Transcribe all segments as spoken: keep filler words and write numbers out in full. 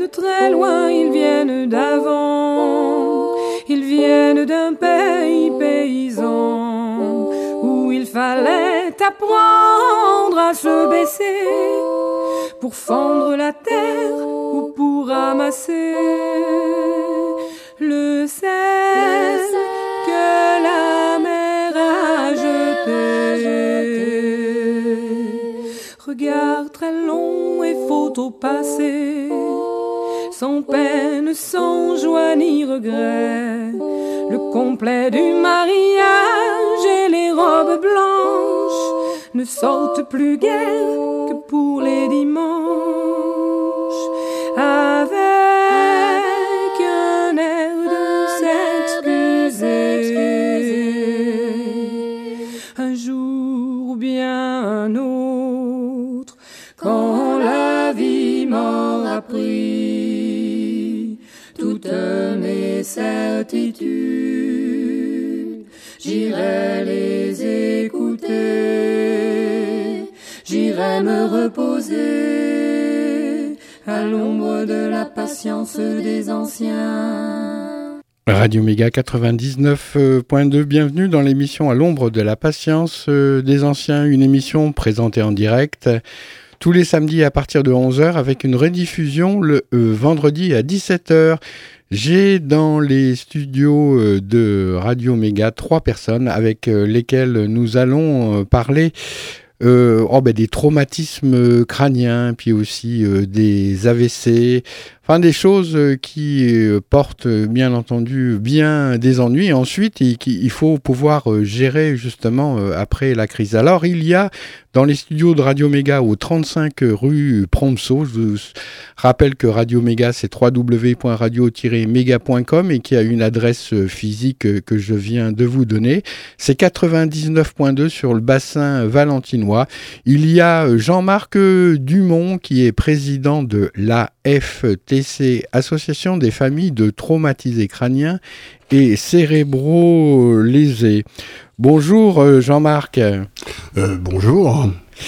de très loin, ils viennent d'avant. Ils viennent d'un pays paysan où il fallait apprendre à se baisser pour fendre la terre ou pour ramasser le sel que la mer a jeté. Regard très long et faut au passé, sans peine, sans joie ni regret, le complet du mariage et les robes blanches ne sortent plus guère que pour les dimanches, avec un air de s'excuser. Un jour ou bien un autre, quand la vie m'aura pris toutes mes certitudes, j'irai les écouter, j'irai me reposer à l'ombre de la patience des anciens. Radio Méga quatre-vingt-dix-neuf point deux, bienvenue dans l'émission À l'ombre de la patience des anciens, une émission présentée en direct tous les samedis à partir de onze heures avec une rediffusion le euh, vendredi à dix-sept heures. J'ai dans les studios euh, de Radio Méga trois personnes avec euh, lesquelles nous allons euh, parler euh, oh ben, des traumatismes crâniens, puis aussi euh, des A V C, enfin des choses qui euh, portent bien entendu bien des ennuis. Et ensuite, il, il faut pouvoir euh, gérer justement euh, après la crise. Alors il y a dans les studios de Radio Méga au trente-cinq rue Promso, je vous rappelle que Radio Méga c'est w w w point radio tiret méga point com et qu'il y a une adresse physique que je viens de vous donner. C'est quatre-vingt-dix-neuf point deux sur le bassin valentinois. Il y a Jean-Marc Dumont qui est président de l'A F T C, Association des familles de traumatisés crâniens et cérébraux lésés. Bonjour Jean-Marc. Euh, bonjour.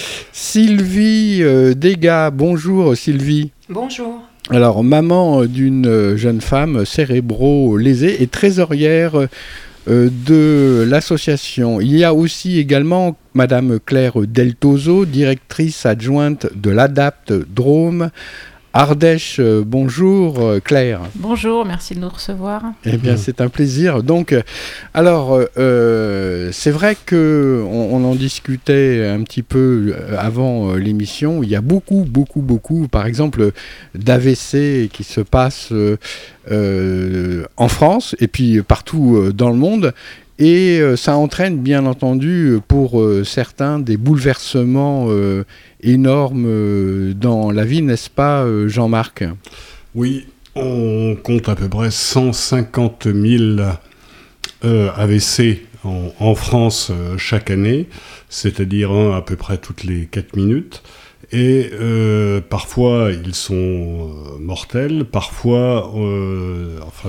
Sylvie euh, Degas, bonjour Sylvie. Bonjour. Alors, maman d'une jeune femme cérébro-lésée et trésorière euh, de l'association. Il y a aussi également Madame Claire Deltozo, directrice adjointe de l'ADAPT Drôme. Ardèche, euh, bonjour euh, Claire. Bonjour, merci de nous recevoir. Eh bien, c'est un plaisir. Donc, alors, euh, c'est vrai que on, on en discutait un petit peu avant euh, l'émission. Il y a beaucoup, beaucoup, beaucoup, par exemple, d'A V C qui se passent euh, euh, en France et puis partout euh, dans le monde. Et euh, ça entraîne, bien entendu, pour euh, certains, des bouleversements euh, énormes euh, dans la vie, n'est-ce pas, euh, Jean-Marc ? Oui, on compte à peu près cent cinquante mille euh, A V C en, en France euh, chaque année, c'est-à-dire un à peu près toutes les quatre minutes. Et euh, parfois, ils sont euh, mortels, parfois... Euh, enfin,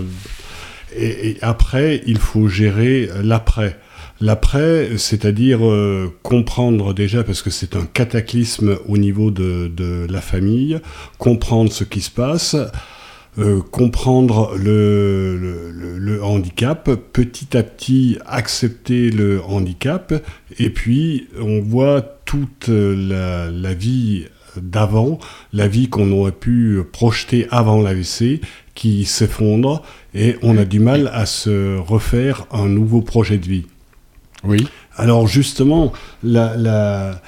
Et, et après, il faut gérer l'après. L'après, c'est-à-dire euh, comprendre déjà, parce que c'est un cataclysme au niveau de, de la famille, comprendre ce qui se passe, euh, comprendre le, le, le, le handicap, petit à petit accepter le handicap, et puis on voit toute la, la vie d'avant, la vie qu'on aurait pu projeter avant l'A V C, qui s'effondre, et on a du mal à se refaire un nouveau projet de vie. Oui. Alors justement, la, la,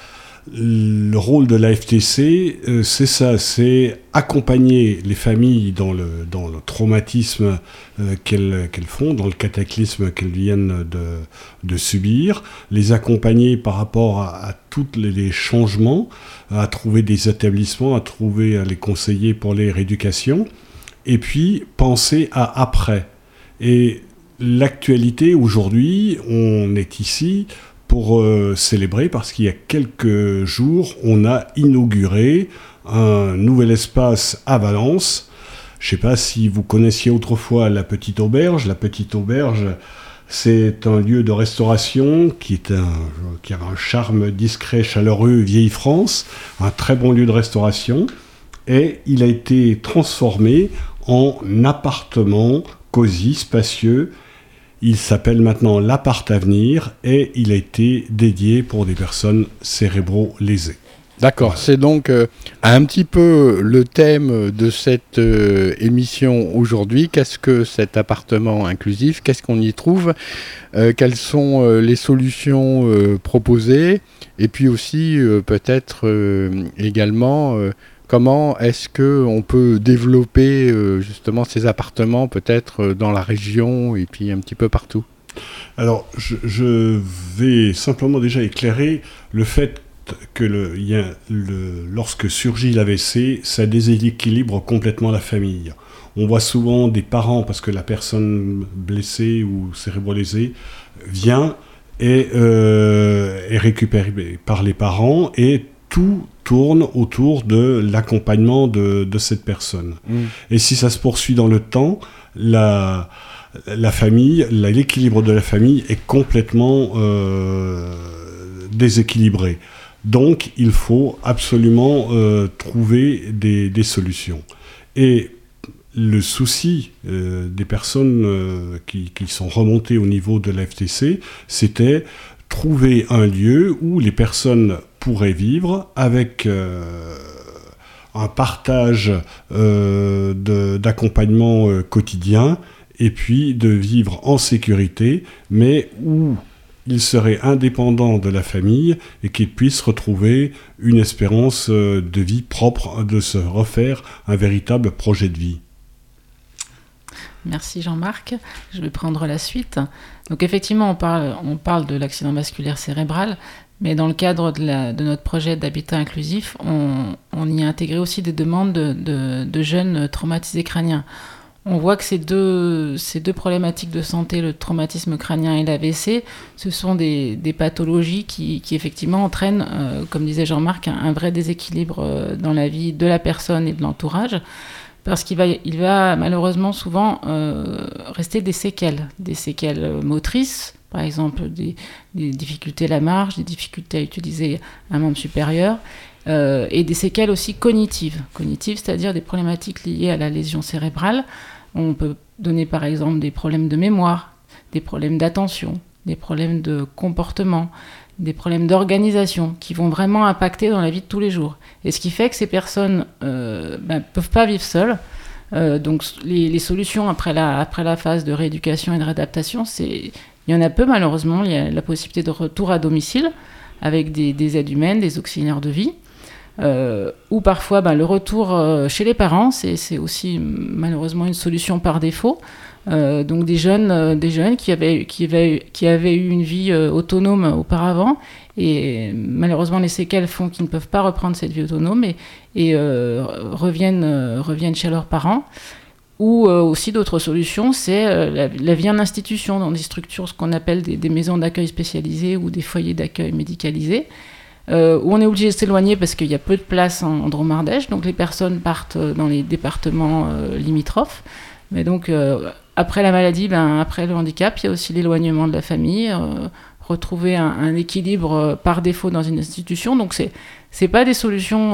le rôle de l'A F T C, euh, c'est ça, c'est accompagner les familles dans le, dans le traumatisme euh, qu'elles, qu'elles font, dans le cataclysme qu'elles viennent de, de subir, les accompagner par rapport à, à tous les, les changements, à trouver des établissements, à trouver, à les conseiller pour les rééducations, et puis penser à après. Et l'actualité, aujourd'hui, on est ici pour euh, célébrer, parce qu'il y a quelques jours, on a inauguré un nouvel espace à Valence. Je ne sais pas si vous connaissiez autrefois la Petite Auberge. La Petite Auberge, c'est un lieu de restauration qui, est un, qui a un charme discret, chaleureux, vieille France, un très bon lieu de restauration. et il a été transformé en appartement cosy, spacieux. Il s'appelle maintenant l'Appart Avenir et il a été dédié pour des personnes cérébro-lésées. D'accord, voilà. C'est donc euh, un petit peu le thème de cette euh, émission aujourd'hui. Qu'est-ce que cet appartement inclusif ? Qu'est-ce qu'on y trouve ? euh, Quelles sont euh, les solutions euh, proposées ? Et puis aussi, euh, peut-être euh, également, euh, comment est-ce qu'on peut développer euh, justement ces appartements, peut-être euh, dans la région et puis un petit peu partout ? Alors, je, je vais simplement déjà éclairer le fait que le, y a le, lorsque surgit l'A V C, ça déséquilibre complètement la famille. On voit souvent des parents, parce que la personne blessée ou cérébro-lésée vient et euh, est récupérée par les parents et tout tourne autour de l'accompagnement de, de cette personne. Mmh. Et si ça se poursuit dans le temps, la, la famille, la, l'équilibre de la famille est complètement euh, déséquilibré. Donc, il faut absolument euh, trouver des, des solutions. Et le souci euh, des personnes euh, qui, qui sont remontées au niveau de la F T C, c'était trouver un lieu où les personnes pourraient vivre avec euh, un partage euh, de, d'accompagnement euh, quotidien et puis de vivre en sécurité, mais où ils seraient indépendants de la famille et qu'ils puissent retrouver une espérance de vie propre, de se refaire un véritable projet de vie. Merci Jean-Marc. Je vais prendre la suite. Donc effectivement, on parle, on parle de l'accident vasculaire cérébral, mais dans le cadre de, la, de notre projet d'habitat inclusif, on, on y a intégré aussi des demandes de, de, de jeunes traumatisés crâniens. On voit que ces deux, ces deux problématiques de santé, le traumatisme crânien et l'A V C, ce sont des, des pathologies qui, qui effectivement entraînent, euh, comme disait Jean-Marc, un, un vrai déséquilibre euh, dans la vie de la personne et de l'entourage, parce qu'il va, il va malheureusement souvent euh, rester des séquelles, des séquelles motrices, par exemple des, des difficultés à la marche, des difficultés à utiliser un membre supérieur, euh, et des séquelles aussi cognitives, cognitives, c'est-à-dire des problématiques liées à la lésion cérébrale. On peut donner par exemple des problèmes de mémoire, des problèmes d'attention, des problèmes de comportement, des problèmes d'organisation qui vont vraiment impacter dans la vie de tous les jours. Et ce qui fait que ces personnes ne euh, ben, peuvent pas vivre seules. Euh, donc les, les solutions après la, après la phase de rééducation et de réadaptation, c'est, il y en a peu malheureusement. Il y a la possibilité de retour à domicile avec des, des aides humaines, des auxiliaires de vie. Euh, ou parfois ben, le retour euh, chez les parents, c'est, c'est aussi malheureusement une solution par défaut. Euh, donc des jeunes, euh, des jeunes qui, avaient, qui, avaient, qui avaient eu une vie euh, autonome auparavant, et malheureusement les séquelles font qu'ils ne peuvent pas reprendre cette vie autonome et, et euh, reviennent, euh, reviennent chez leurs parents. Ou euh, aussi d'autres solutions, c'est euh, la, la vie en institution, dans des structures, ce qu'on appelle des, des maisons d'accueil spécialisées ou des foyers d'accueil médicalisés. Euh, où on est obligé de s'éloigner parce qu'il y a peu de place en, en Drôme-Ardèche, donc les personnes partent dans les départements euh, limitrophes. Mais donc, euh, après la maladie, ben, après le handicap, il y a aussi l'éloignement de la famille, euh, retrouver un, un équilibre euh, par défaut dans une institution. Donc, c'est c'est pas des solutions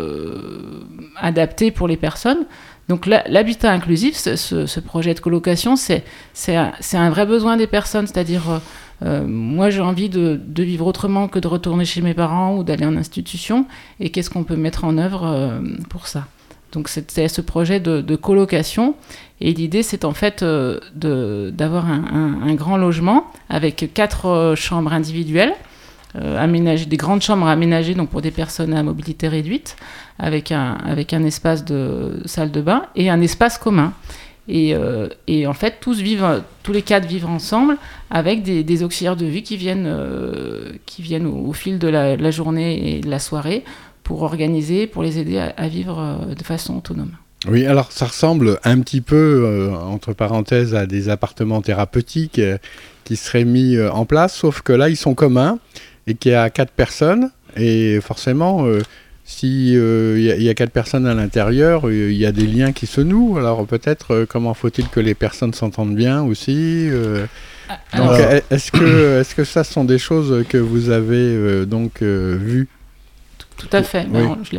euh, adaptées pour les personnes. Donc, la, l'habitat inclusif, ce, ce, ce projet de colocation, c'est, c'est, un, c'est un vrai besoin des personnes, c'est-à-dire... Euh, Euh, moi, j'ai envie de, de vivre autrement que de retourner chez mes parents ou d'aller en institution. Et qu'est-ce qu'on peut mettre en œuvre euh, pour ça ? Donc, c'est, c'est ce projet de, de colocation. Et l'idée, c'est en fait euh, de, d'avoir un, un, un grand logement avec quatre euh, chambres individuelles, euh, aménagées, des grandes chambres aménagées donc pour des personnes à mobilité réduite, avec un, avec un espace de salle de bain et un espace commun. Et, euh, et en fait, tous vivent, tous les quatre vivent ensemble avec des, des auxiliaires de vie qui viennent, euh, qui viennent au, au fil de la, la journée et de la soirée pour organiser, pour les aider à, à vivre euh, de façon autonome. Oui, alors ça ressemble un petit peu, euh, entre parenthèses, à des appartements thérapeutiques euh, qui seraient mis euh, en place, sauf que là, ils sont communs et qu'il y a quatre personnes et forcément... Euh, Si il euh, y, y a quatre personnes à l'intérieur, il y a des liens qui se nouent. Alors peut-être, euh, comment faut-il que les personnes s'entendent bien aussi euh, donc, alors... est-ce que, est-ce que ça sont des choses que vous avez euh, donc euh, vues ? Tout à fait. Oui. Alors, je laisse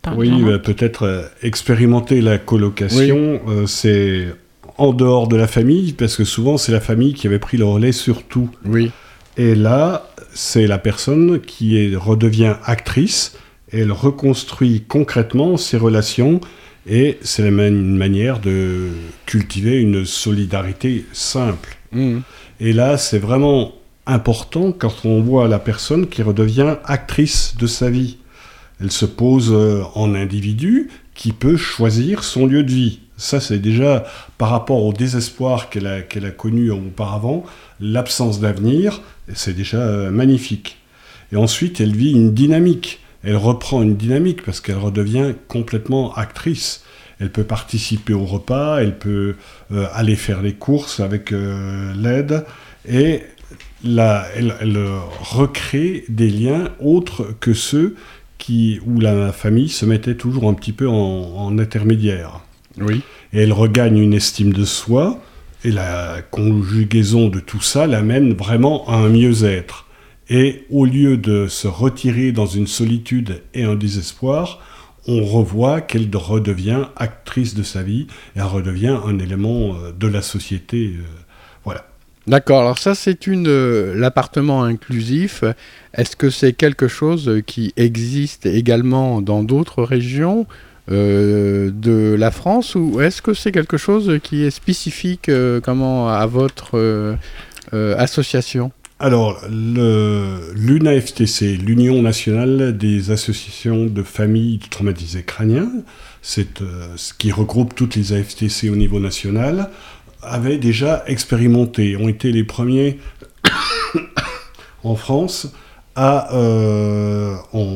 parle Oui, vraiment. bah, peut-être euh, expérimenter la colocation, oui. euh, c'est en dehors de la famille, parce que souvent c'est la famille qui avait pris le relais sur tout. Oui. Et là, c'est la personne qui est, redevient actrice, et elle reconstruit concrètement ses relations, et c'est la man- une manière de cultiver une solidarité simple. Mmh. Et là, c'est vraiment important quand on voit la personne qui redevient actrice de sa vie. Elle se pose euh, en individu qui peut choisir son lieu de vie. Ça, c'est déjà par rapport au désespoir qu'elle a, qu'elle a connu auparavant, l'absence d'avenir, c'est déjà euh, magnifique. Et ensuite, elle vit une dynamique. Elle reprend une dynamique parce qu'elle redevient complètement actrice. Elle peut participer au repas, elle peut euh, aller faire les courses avec euh, l'aide, et là, elle, elle recrée des liens autres que ceux qui, où la famille se mettait toujours un petit peu en, en intermédiaire. Oui. Et elle regagne une estime de soi, et la conjugaison de tout ça l'amène vraiment à un mieux-être. Et au lieu de se retirer dans une solitude et un désespoir, on revoit qu'elle redevient actrice de sa vie, et elle redevient un élément de la société. Euh, voilà. D'accord, alors ça c'est une, euh, l'appartement inclusif. Est-ce que c'est quelque chose qui existe également dans d'autres régions euh, de la France, ou est-ce que c'est quelque chose qui est spécifique euh, comment, à votre euh, euh, association ? Alors, le, l'U N A F T C, l'Union nationale des associations de familles de traumatisés crâniens, c'est, euh, ce qui regroupe toutes les A F T C au niveau national, avait déjà expérimenté, ont été les premiers en France à euh,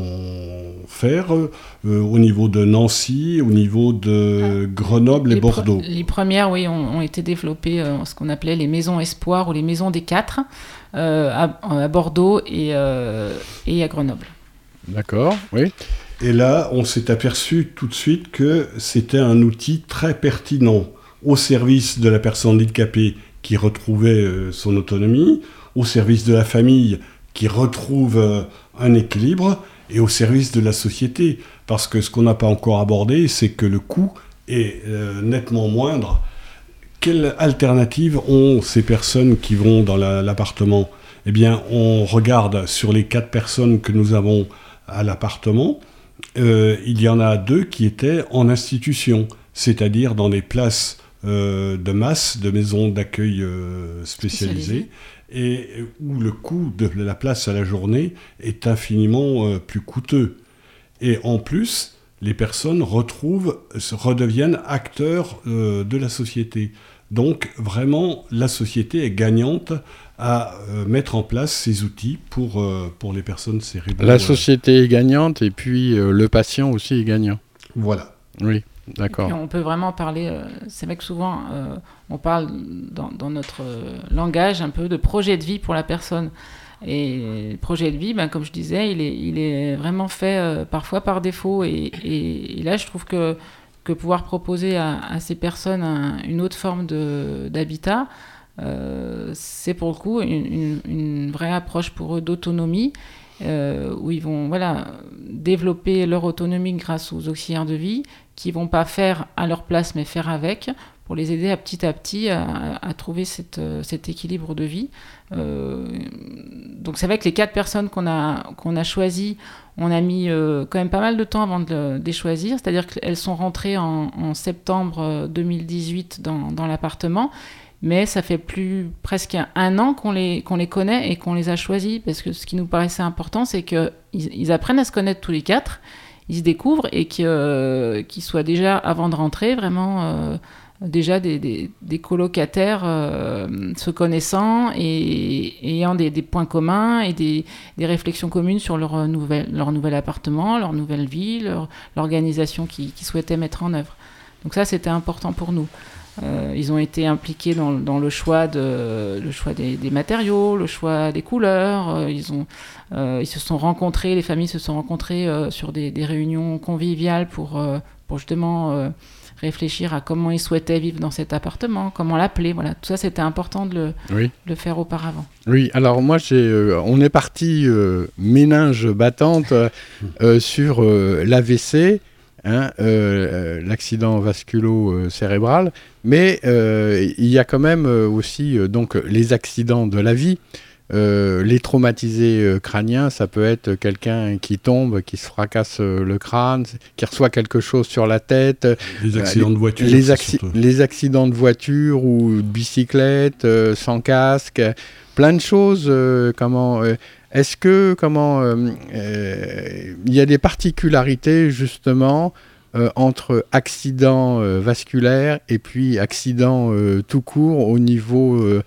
en faire euh, au niveau de Nancy, au niveau de Grenoble les et Bordeaux. Pre- les premières, oui, ont, ont été développées, euh, ce qu'on appelait les maisons espoirs ou les maisons des quatre, euh, à, à Bordeaux et, euh, et à Grenoble. D'accord, oui. Et là, on s'est aperçu tout de suite que c'était un outil très pertinent au service de la personne handicapée qui retrouvait euh, son autonomie, au service de la famille qui retrouve euh, un équilibre, et au service de la société. Parce que ce qu'on n'a pas encore abordé, c'est que le coût est euh, nettement moindre. Quelle alternative ont ces personnes qui vont dans la, l'appartement ? Eh bien, on regarde sur les quatre personnes que nous avons à l'appartement, euh, il y en a deux qui étaient en institution, c'est-à-dire dans des places euh, de masse, de maisons d'accueil euh, spécialisées, et où le coût de la place à la journée est infiniment euh, plus coûteux. Et en plus, les personnes retrouvent, redeviennent acteurs euh, de la société. Donc, vraiment, la société est gagnante à euh, mettre en place ces outils pour, euh, pour les personnes cérébrales. La société est gagnante, et puis euh, le patient aussi est gagnant. Voilà. Oui. D'accord. Et on peut vraiment parler, euh, c'est vrai que souvent euh, on parle dans, dans notre euh, langage un peu de projet de vie pour la personne. Et le projet de vie, ben, comme je disais, il est, il est vraiment fait euh, parfois par défaut. Et, et, et là, je trouve que, que pouvoir proposer à, à ces personnes un, une autre forme de, d'habitat, euh, c'est pour le coup une, une, une vraie approche pour eux d'autonomie. Euh, où ils vont voilà, développer leur autonomie grâce aux auxiliaires de vie, qui ne vont pas faire à leur place, mais faire avec, pour les aider à petit à petit à, à trouver cette, cet équilibre de vie. Euh, donc c'est vrai que les quatre personnes qu'on a, qu'on a choisies, on a mis euh, quand même pas mal de temps avant de, de les choisir, c'est-à-dire qu'elles sont rentrées en, en septembre deux mille dix-huit dans, dans l'appartement, mais ça fait plus presque un an qu'on les, qu'on les connaît et qu'on les a choisis, parce que ce qui nous paraissait important, c'est qu'ils ils apprennent à se connaître tous les quatre, ils se découvrent, et qu'ils, euh, qu'ils soient déjà, avant de rentrer, vraiment euh, déjà des, des, des colocataires euh, se connaissant et, et ayant des, des points communs et des, des réflexions communes sur leur nouvel, leur nouvel appartement, leur nouvelle vie, leur, l'organisation qu'ils, qu'ils souhaitaient mettre en œuvre. Donc ça, c'était important pour nous. Euh, ils ont été impliqués dans, dans le choix, de, le choix des, des matériaux, le choix des couleurs. Euh, ils, ont, euh, ils se sont rencontrés, les familles se sont rencontrées euh, sur des, des réunions conviviales pour, euh, pour justement euh, réfléchir à comment ils souhaitaient vivre dans cet appartement, comment l'appeler. Voilà. Tout ça, c'était important de le, oui. de le faire auparavant. Oui, alors moi, j'ai, euh, on est parti euh, méninge battante euh, sur euh, l'A V C. hein, euh, l'accident vasculo-cérébral, mais euh, il y a quand même aussi euh, donc, les accidents de la vie. Euh, les traumatisés euh, crâniens, ça peut être quelqu'un qui tombe, qui se fracasse euh, le crâne, qui reçoit quelque chose sur la tête. Les accidents euh, de voiture. Les, acci- les accidents de voiture ou de bicyclette, euh, sans casque, plein de choses. Euh, comment euh, Est-ce que comment euh, euh, il y a des particularités justement euh, entre accident euh, vasculaire et puis accident euh, tout court au niveau euh,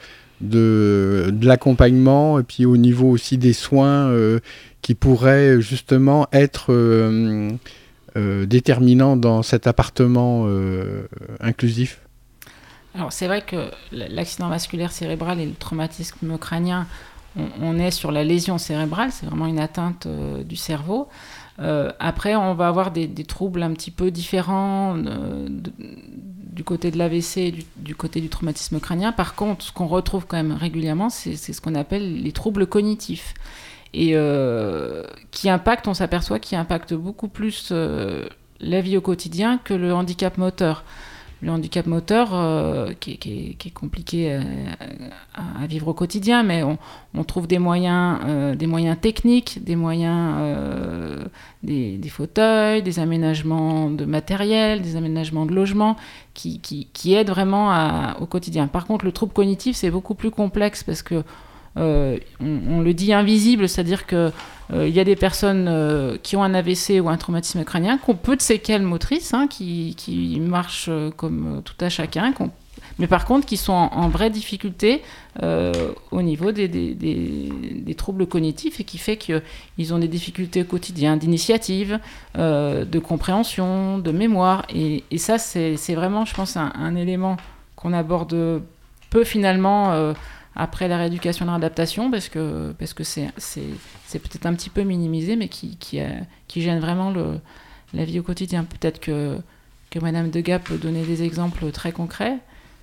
De, de l'accompagnement et puis au niveau aussi des soins euh, qui pourraient justement être euh, euh, déterminants dans cet appartement euh, inclusif? Alors c'est vrai que l'accident vasculaire cérébral et le traumatisme crânien, on, on est sur la lésion cérébrale, c'est vraiment une atteinte euh, du cerveau. Euh, après, on va avoir des, des troubles un petit peu différents euh, de, du côté de l'A V C et du, du côté du traumatisme crânien. Par contre, ce qu'on retrouve quand même régulièrement, c'est, c'est ce qu'on appelle les troubles cognitifs. Et euh, qui impactent, on s'aperçoit, qui impactent beaucoup plus euh, la vie au quotidien que le handicap moteur. Le handicap moteur, euh, qui, qui, est, qui est compliqué à, à vivre au quotidien, mais on, on trouve des moyens, euh, des moyens techniques, des moyens, euh, des, des fauteuils, des aménagements de matériel, des aménagements de logement, qui, qui, qui aident vraiment à, au quotidien. Par contre, le trouble cognitif, c'est beaucoup plus complexe parce que Euh, on, on le dit invisible, c'est-à-dire qu'il euh, y a des personnes euh, qui ont un A V C ou un traumatisme crânien, qui ont peu de séquelles motrices, hein, qui, qui marchent euh, comme tout à chacun, mais par contre qui sont en, en vraie difficulté euh, au niveau des, des, des, des troubles cognitifs et qui fait qu'ils ont des difficultés au quotidien d'initiative, euh, de compréhension, de mémoire. Et, et ça, c'est, c'est vraiment, je pense, un, un élément qu'on aborde peu finalement euh, après la rééducation et la réadaptation, parce que, parce que c'est, c'est, c'est peut-être un petit peu minimisé, mais qui, qui, euh, qui gêne vraiment le, la vie au quotidien. Peut-être que, que Madame Degas peut donner des exemples très concrets.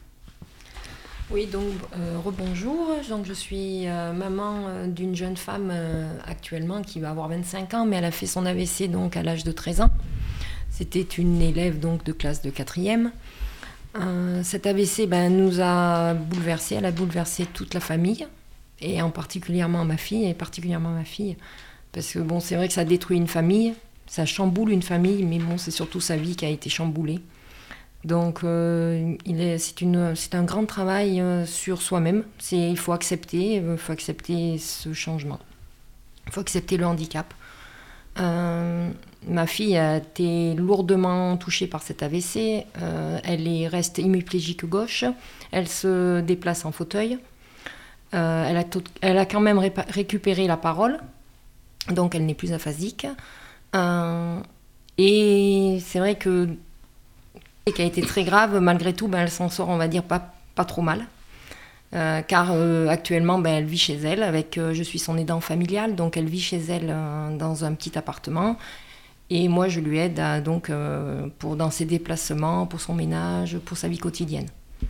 Oui, donc euh, rebonjour. Donc, je suis euh, maman euh, d'une jeune femme euh, actuellement qui va avoir vingt-cinq ans, mais elle a fait son A V C donc, à l'âge de treize ans. C'était une élève donc, de classe de quatrième. Euh, cet A V C ben, nous a bouleversé, elle a bouleversé toute la famille, et en particulièrement ma fille, et particulièrement ma fille, parce que bon, c'est vrai que ça détruit une famille, ça chamboule une famille, mais bon, c'est surtout sa vie qui a été chamboulée. Donc, euh, il est, c'est, une, c'est un grand travail euh, sur soi-même. C'est, il faut accepter, il faut accepter ce changement, il faut accepter le handicap. Euh, ma fille a été lourdement touchée par cet A V C. Euh, elle est, reste hémiplégique gauche. Elle se déplace en fauteuil. Euh, elle, a tout, elle a quand même répa- récupéré la parole. Donc elle n'est plus aphasique. Euh, et c'est vrai que ce qui a été très grave, malgré tout, ben, elle s'en sort, on va dire, pas, pas trop mal. Euh, car euh, actuellement ben, elle vit chez elle avec euh, je suis son aidant familial, donc elle vit chez elle euh, dans un petit appartement et moi je lui aide à, donc euh, pour dans ses déplacements, pour son ménage, pour sa vie quotidienne.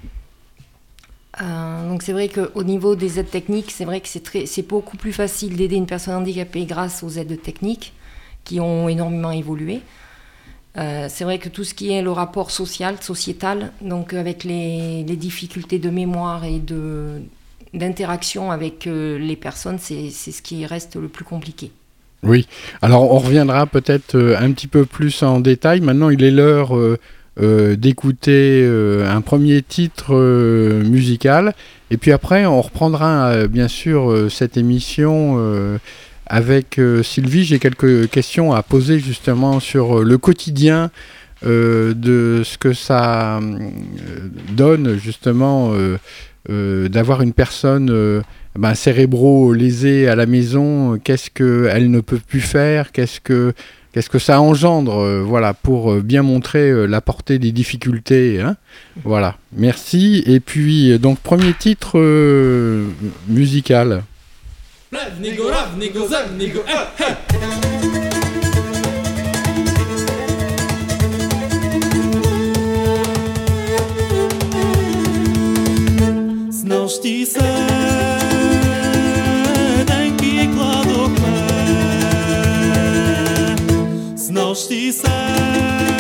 Euh, donc c'est vrai qu'au niveau des aides techniques, c'est vrai que c'est, très, c'est beaucoup plus facile d'aider une personne handicapée grâce aux aides techniques qui ont énormément évolué. Euh, c'est vrai que tout ce qui est le rapport social, sociétal, donc avec les, les difficultés de mémoire et de, d'interaction avec euh, les personnes, c'est, c'est ce qui reste le plus compliqué. Oui, alors on reviendra peut-être euh, un petit peu plus en détail. Maintenant, il est l'heure euh, euh, d'écouter euh, un premier titre euh, musical. Et puis après, on reprendra euh, bien sûr euh, cette émission euh, avec euh, Sylvie. J'ai quelques questions à poser justement sur euh, le quotidien euh, de ce que ça euh, donne justement euh, euh, d'avoir une personne euh, ben, cérébro-lésée à la maison. Qu'est-ce qu'elle ne peut plus faire, qu'est-ce que, qu'est-ce que ça engendre, euh, voilà, pour bien montrer euh, la portée des difficultés. Hein. Voilà, merci. Et puis, donc, premier titre euh, musical. Nigo rap, nigo zem, nigo eh, hey. Znaš ti se neki kladok me, znaš ti se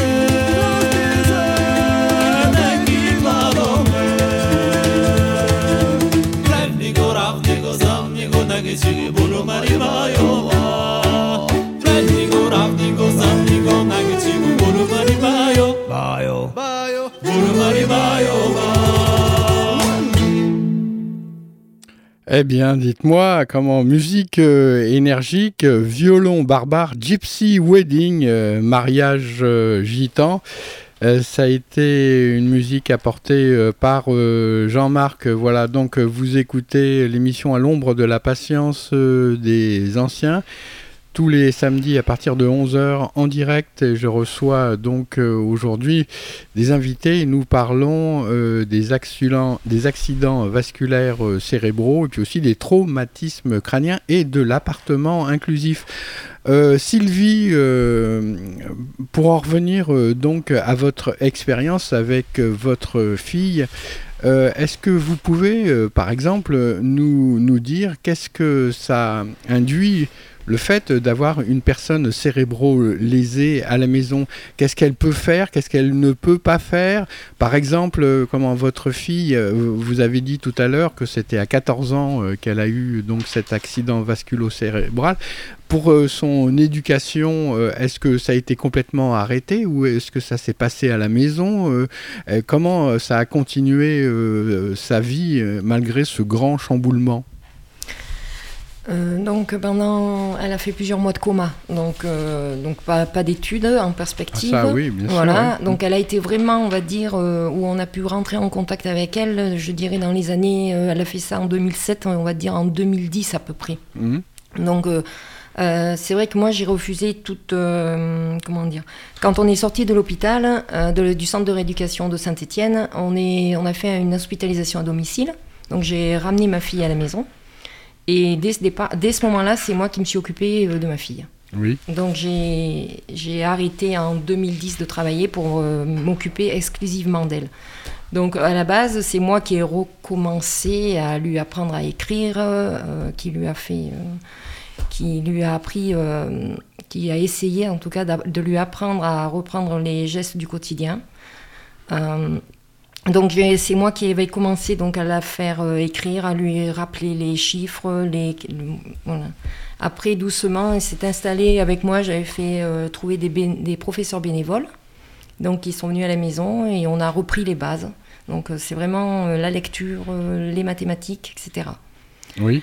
Eh bien, dites-moi, comment musique euh, énergique, euh, violon barbare, gypsy wedding, euh, mariage euh, gitan, euh, ça a été une musique apportée euh, par euh, Jean-Marc. Voilà, donc euh, vous écoutez l'émission À l'ombre de la patience euh, des anciens. Tous les samedis à partir de onze heures en direct, et je reçois donc euh, aujourd'hui des invités et nous parlons euh, des, accidents, des accidents vasculaires euh, cérébraux et puis aussi des traumatismes crâniens et de l'appartement inclusif. Euh, Sylvie, euh, pour en revenir euh, donc à votre expérience avec euh, votre fille, euh, est-ce que vous pouvez euh, par exemple nous, nous dire qu'est-ce que ça induit le fait d'avoir une personne cérébro-lésée à la maison? Qu'est-ce qu'elle peut faire? Qu'est-ce qu'elle ne peut pas faire? Par exemple, comment votre fille, vous avez dit tout à l'heure que c'était à quatorze ans qu'elle a eu donc cet accident vasculo-cérébral. Pour son éducation, est-ce que ça a été complètement arrêté ou est-ce que ça s'est passé à la maison? Comment ça a continué sa vie malgré ce grand chamboulement? Euh, donc pendant, elle a fait plusieurs mois de coma, donc euh, donc pas pas d'études en perspective. Ah ça, oui, bien voilà. sûr, oui. Donc elle a été vraiment, on va dire, euh, où on a pu rentrer en contact avec elle. Je dirais dans les années, euh, elle a fait ça en deux mille sept, on va dire en deux mille dix à peu près. Mmh. Donc euh, euh, c'est vrai que moi j'ai refusé toute, euh, comment dire, quand on est sorti de l'hôpital, euh, de, du centre de rééducation de Saint-Étienne, on est, on a fait une hospitalisation à domicile. Donc j'ai ramené ma fille à la maison. Et dès ce, départ, dès ce moment-là, c'est moi qui me suis occupée de ma fille. Oui. Donc j'ai, j'ai arrêté en deux mille dix de travailler pour euh, m'occuper exclusivement d'elle. Donc à la base, c'est moi qui ai recommencé à lui apprendre à écrire, euh, qui lui a fait, euh, qui lui a appris, euh, qui a essayé en tout cas de lui apprendre à reprendre les gestes du quotidien. Euh, Donc c'est moi qui avais commencé donc à la faire euh, écrire, à lui rappeler les chiffres, les, le, voilà. Après doucement, elle s'est installée avec moi. J'avais fait euh, trouver des, bé- des professeurs bénévoles, donc qui sont venus à la maison et on a repris les bases. Donc euh, c'est vraiment euh, la lecture, euh, les mathématiques, et cetera. Oui.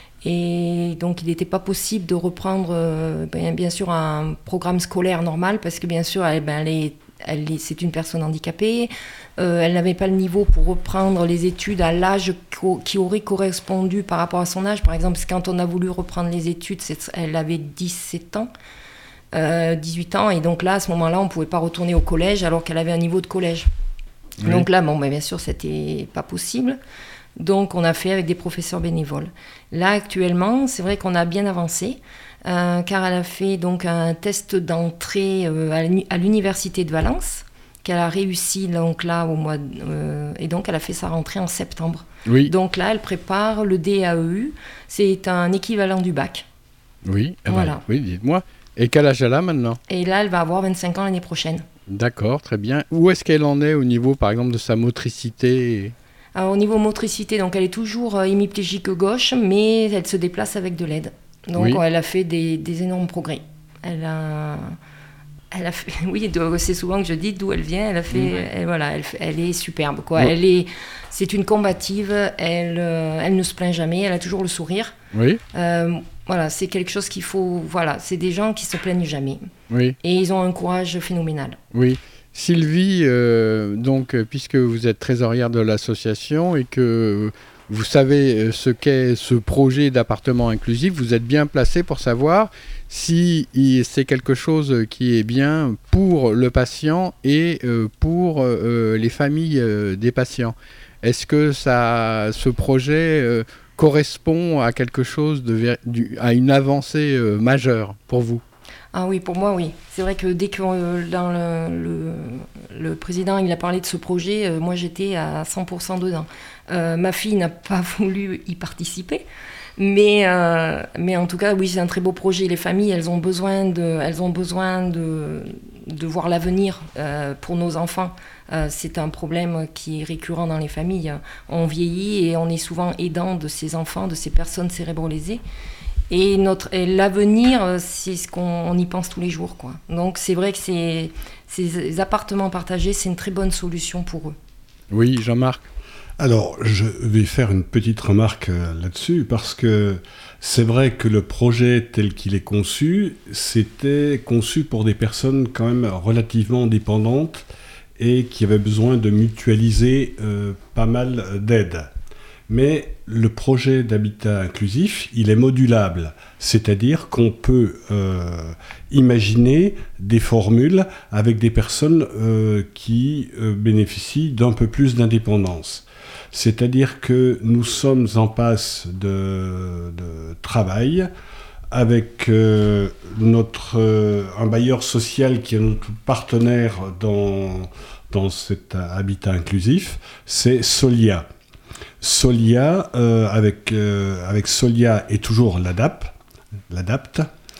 Et donc il n'était pas possible de reprendre euh, bien, bien sûr un programme scolaire normal parce que bien sûr elle, ben, elle est Elle est, c'est une personne handicapée, euh, elle n'avait pas le niveau pour reprendre les études à l'âge co- qui aurait correspondu par rapport à son âge. Par exemple, quand on a voulu reprendre les études, c'est, elle avait dix-sept ans, euh, dix-huit ans, et donc là, à ce moment-là, on ne pouvait pas retourner au collège alors qu'elle avait un niveau de collège. Oui. Donc là, bon, ben, bien sûr, c'était pas possible. Donc on a fait avec des professeurs bénévoles. Là, actuellement, c'est vrai qu'on a bien avancé. Euh, car elle a fait donc un test d'entrée euh, à l'université de Valence qu'elle a réussi donc là au mois de, euh, et donc elle a fait sa rentrée en septembre. Oui. Donc là elle prépare le D A E U, c'est un équivalent du bac. Oui. Ah voilà. Ben, oui, dites-moi. Et quel âge elle a maintenant? Et là elle va avoir vingt-cinq ans l'année prochaine. D'accord, très bien. Où est-ce qu'elle en est au niveau par exemple de sa motricité? Alors, au niveau motricité, donc elle est toujours euh, hémiplégique gauche, mais elle se déplace avec de l'aide. Donc oui. Elle a fait des, des énormes progrès. Elle a, elle a fait, oui, c'est souvent que je dis d'où elle vient. Elle a fait, mmh. elle, voilà, elle, elle est superbe, quoi. Mmh. Elle est, c'est une combative. Elle, euh, elle ne se plaint jamais. Elle a toujours le sourire. Oui. Euh, voilà, c'est quelque chose qu'il faut. Voilà, c'est des gens qui se plaignent jamais. Oui. Et ils ont un courage phénoménal. Oui. Sylvie, euh, donc, puisque vous êtes trésorière de l'association et que vous savez ce qu'est ce projet d'appartement inclusif, vous êtes bien placé pour savoir si c'est quelque chose qui est bien pour le patient et pour euh, les familles euh, des patients. Est-ce que ça, ce projet euh, correspond à quelque chose, de, à une avancée euh, majeure pour vous ? Ah oui, pour moi, oui. C'est vrai que dès que euh, dans le, le, le président il a parlé de ce projet, euh, moi j'étais à cent pour cent dedans. Euh, ma fille n'a pas voulu y participer, mais, euh, mais en tout cas, oui, c'est un très beau projet. Les familles, elles ont besoin de, elles ont besoin de, de voir l'avenir euh, pour nos enfants. Euh, c'est un problème qui est récurrent dans les familles. On vieillit et on est souvent aidant de ces enfants, de ces personnes cérébrolésées. Et, notre, et l'avenir, c'est ce qu'on on y pense tous les jours, quoi. Donc c'est vrai que c'est, ces appartements partagés, c'est une très bonne solution pour eux. Oui, Jean-Marc. Alors, je vais faire une petite remarque là-dessus, parce que c'est vrai que le projet tel qu'il est conçu, c'était conçu pour des personnes quand même relativement dépendantes et qui avaient besoin de mutualiser euh, pas mal d'aides. Mais le projet d'habitat inclusif, il est modulable, c'est-à-dire qu'on peut euh, imaginer des formules avec des personnes euh, qui euh, bénéficient d'un peu plus d'indépendance. C'est-à-dire que nous sommes en passe de, de travail avec euh, notre, euh, un bailleur social qui est notre partenaire dans, dans cet habitat inclusif, c'est Solia. Solia, euh, avec, euh, avec Solia et toujours l'ADAP, l'ADAPT,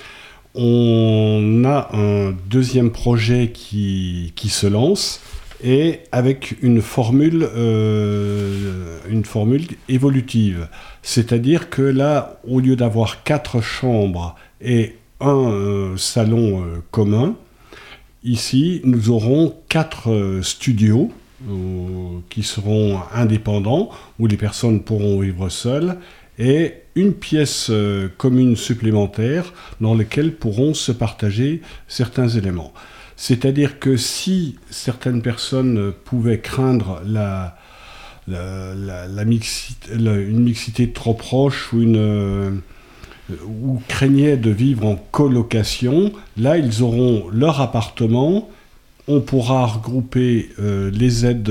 on a un deuxième projet qui, qui se lance, et avec une formule, euh, une formule évolutive. C'est-à-dire que là, au lieu d'avoir quatre chambres et un euh, salon euh, commun, ici, nous aurons quatre euh, studios euh, qui seront indépendants, où les personnes pourront vivre seules, et une pièce euh, commune supplémentaire dans laquelle pourront se partager certains éléments. C'est-à-dire que si certaines personnes pouvaient craindre la, la, la, la mixité, la, une mixité trop proche ou, une, euh, ou craignaient de vivre en colocation, là ils auront leur appartement, on pourra regrouper euh, les aides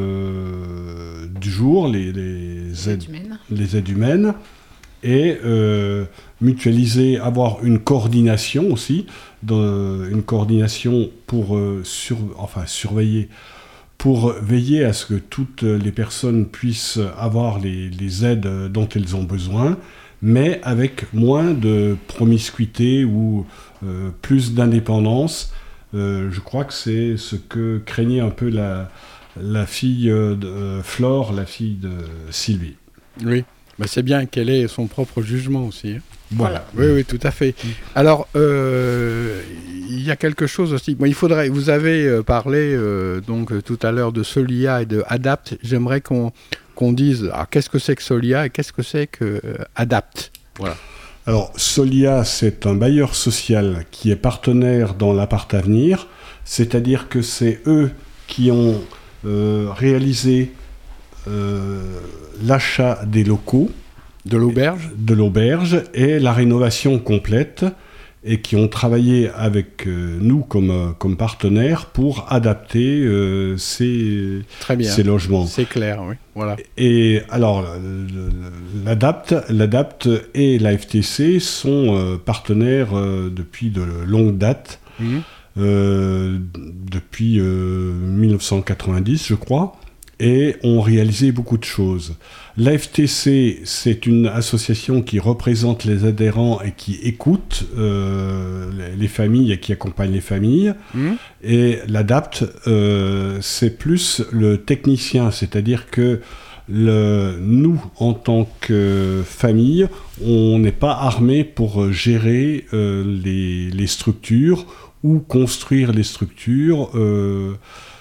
euh, du jour, les, les, aides, les aides humaines, et euh, mutualiser, avoir une coordination aussi, de, une coordination pour euh, sur, enfin, surveiller, pour veiller à ce que toutes les personnes puissent avoir les, les aides dont elles ont besoin, mais avec moins de promiscuité ou euh, plus d'indépendance. Euh, je crois que c'est ce que craignait un peu la, la fille de euh, Flore, la fille de Sylvie. Oui. Ben c'est bien qu'elle ait son propre jugement aussi. Hein. Voilà. Oui, oui, tout à fait. Alors, euh, il y a quelque chose aussi. Bon, il faudrait. Vous avez euh, parlé euh, donc tout à l'heure de Solia et de Adapt. J'aimerais qu'on qu'on dise. Alors, qu'est-ce que c'est que Solia et qu'est-ce que c'est que euh, Adapt. Voilà. Alors, Solia, c'est un bailleur social qui est partenaire dans l'appart à venir. C'est-à-dire que c'est eux qui ont euh, réalisé euh, l'achat des locaux. De l'auberge De l'auberge et la rénovation complète, et qui ont travaillé avec euh, nous comme, euh, comme partenaires pour adapter euh, ces, Très bien. ces logements. C'est clair, oui. Voilà. Et alors, l'Adapt, l'Adapt et la F T C sont euh, partenaires euh, depuis de longue date, mmh. euh, depuis euh, dix-neuf cent quatre-vingt-dix, je crois, et ont réalisé beaucoup de choses. L'A F T C, c'est une association qui représente les adhérents et qui écoute euh, les familles et qui accompagne les familles. Mmh. Et l'Adapt, euh, c'est plus le technicien, c'est-à-dire que le, nous, en tant que famille, on n'est pas armés pour gérer euh, les, les structures ou construire les structures. Euh,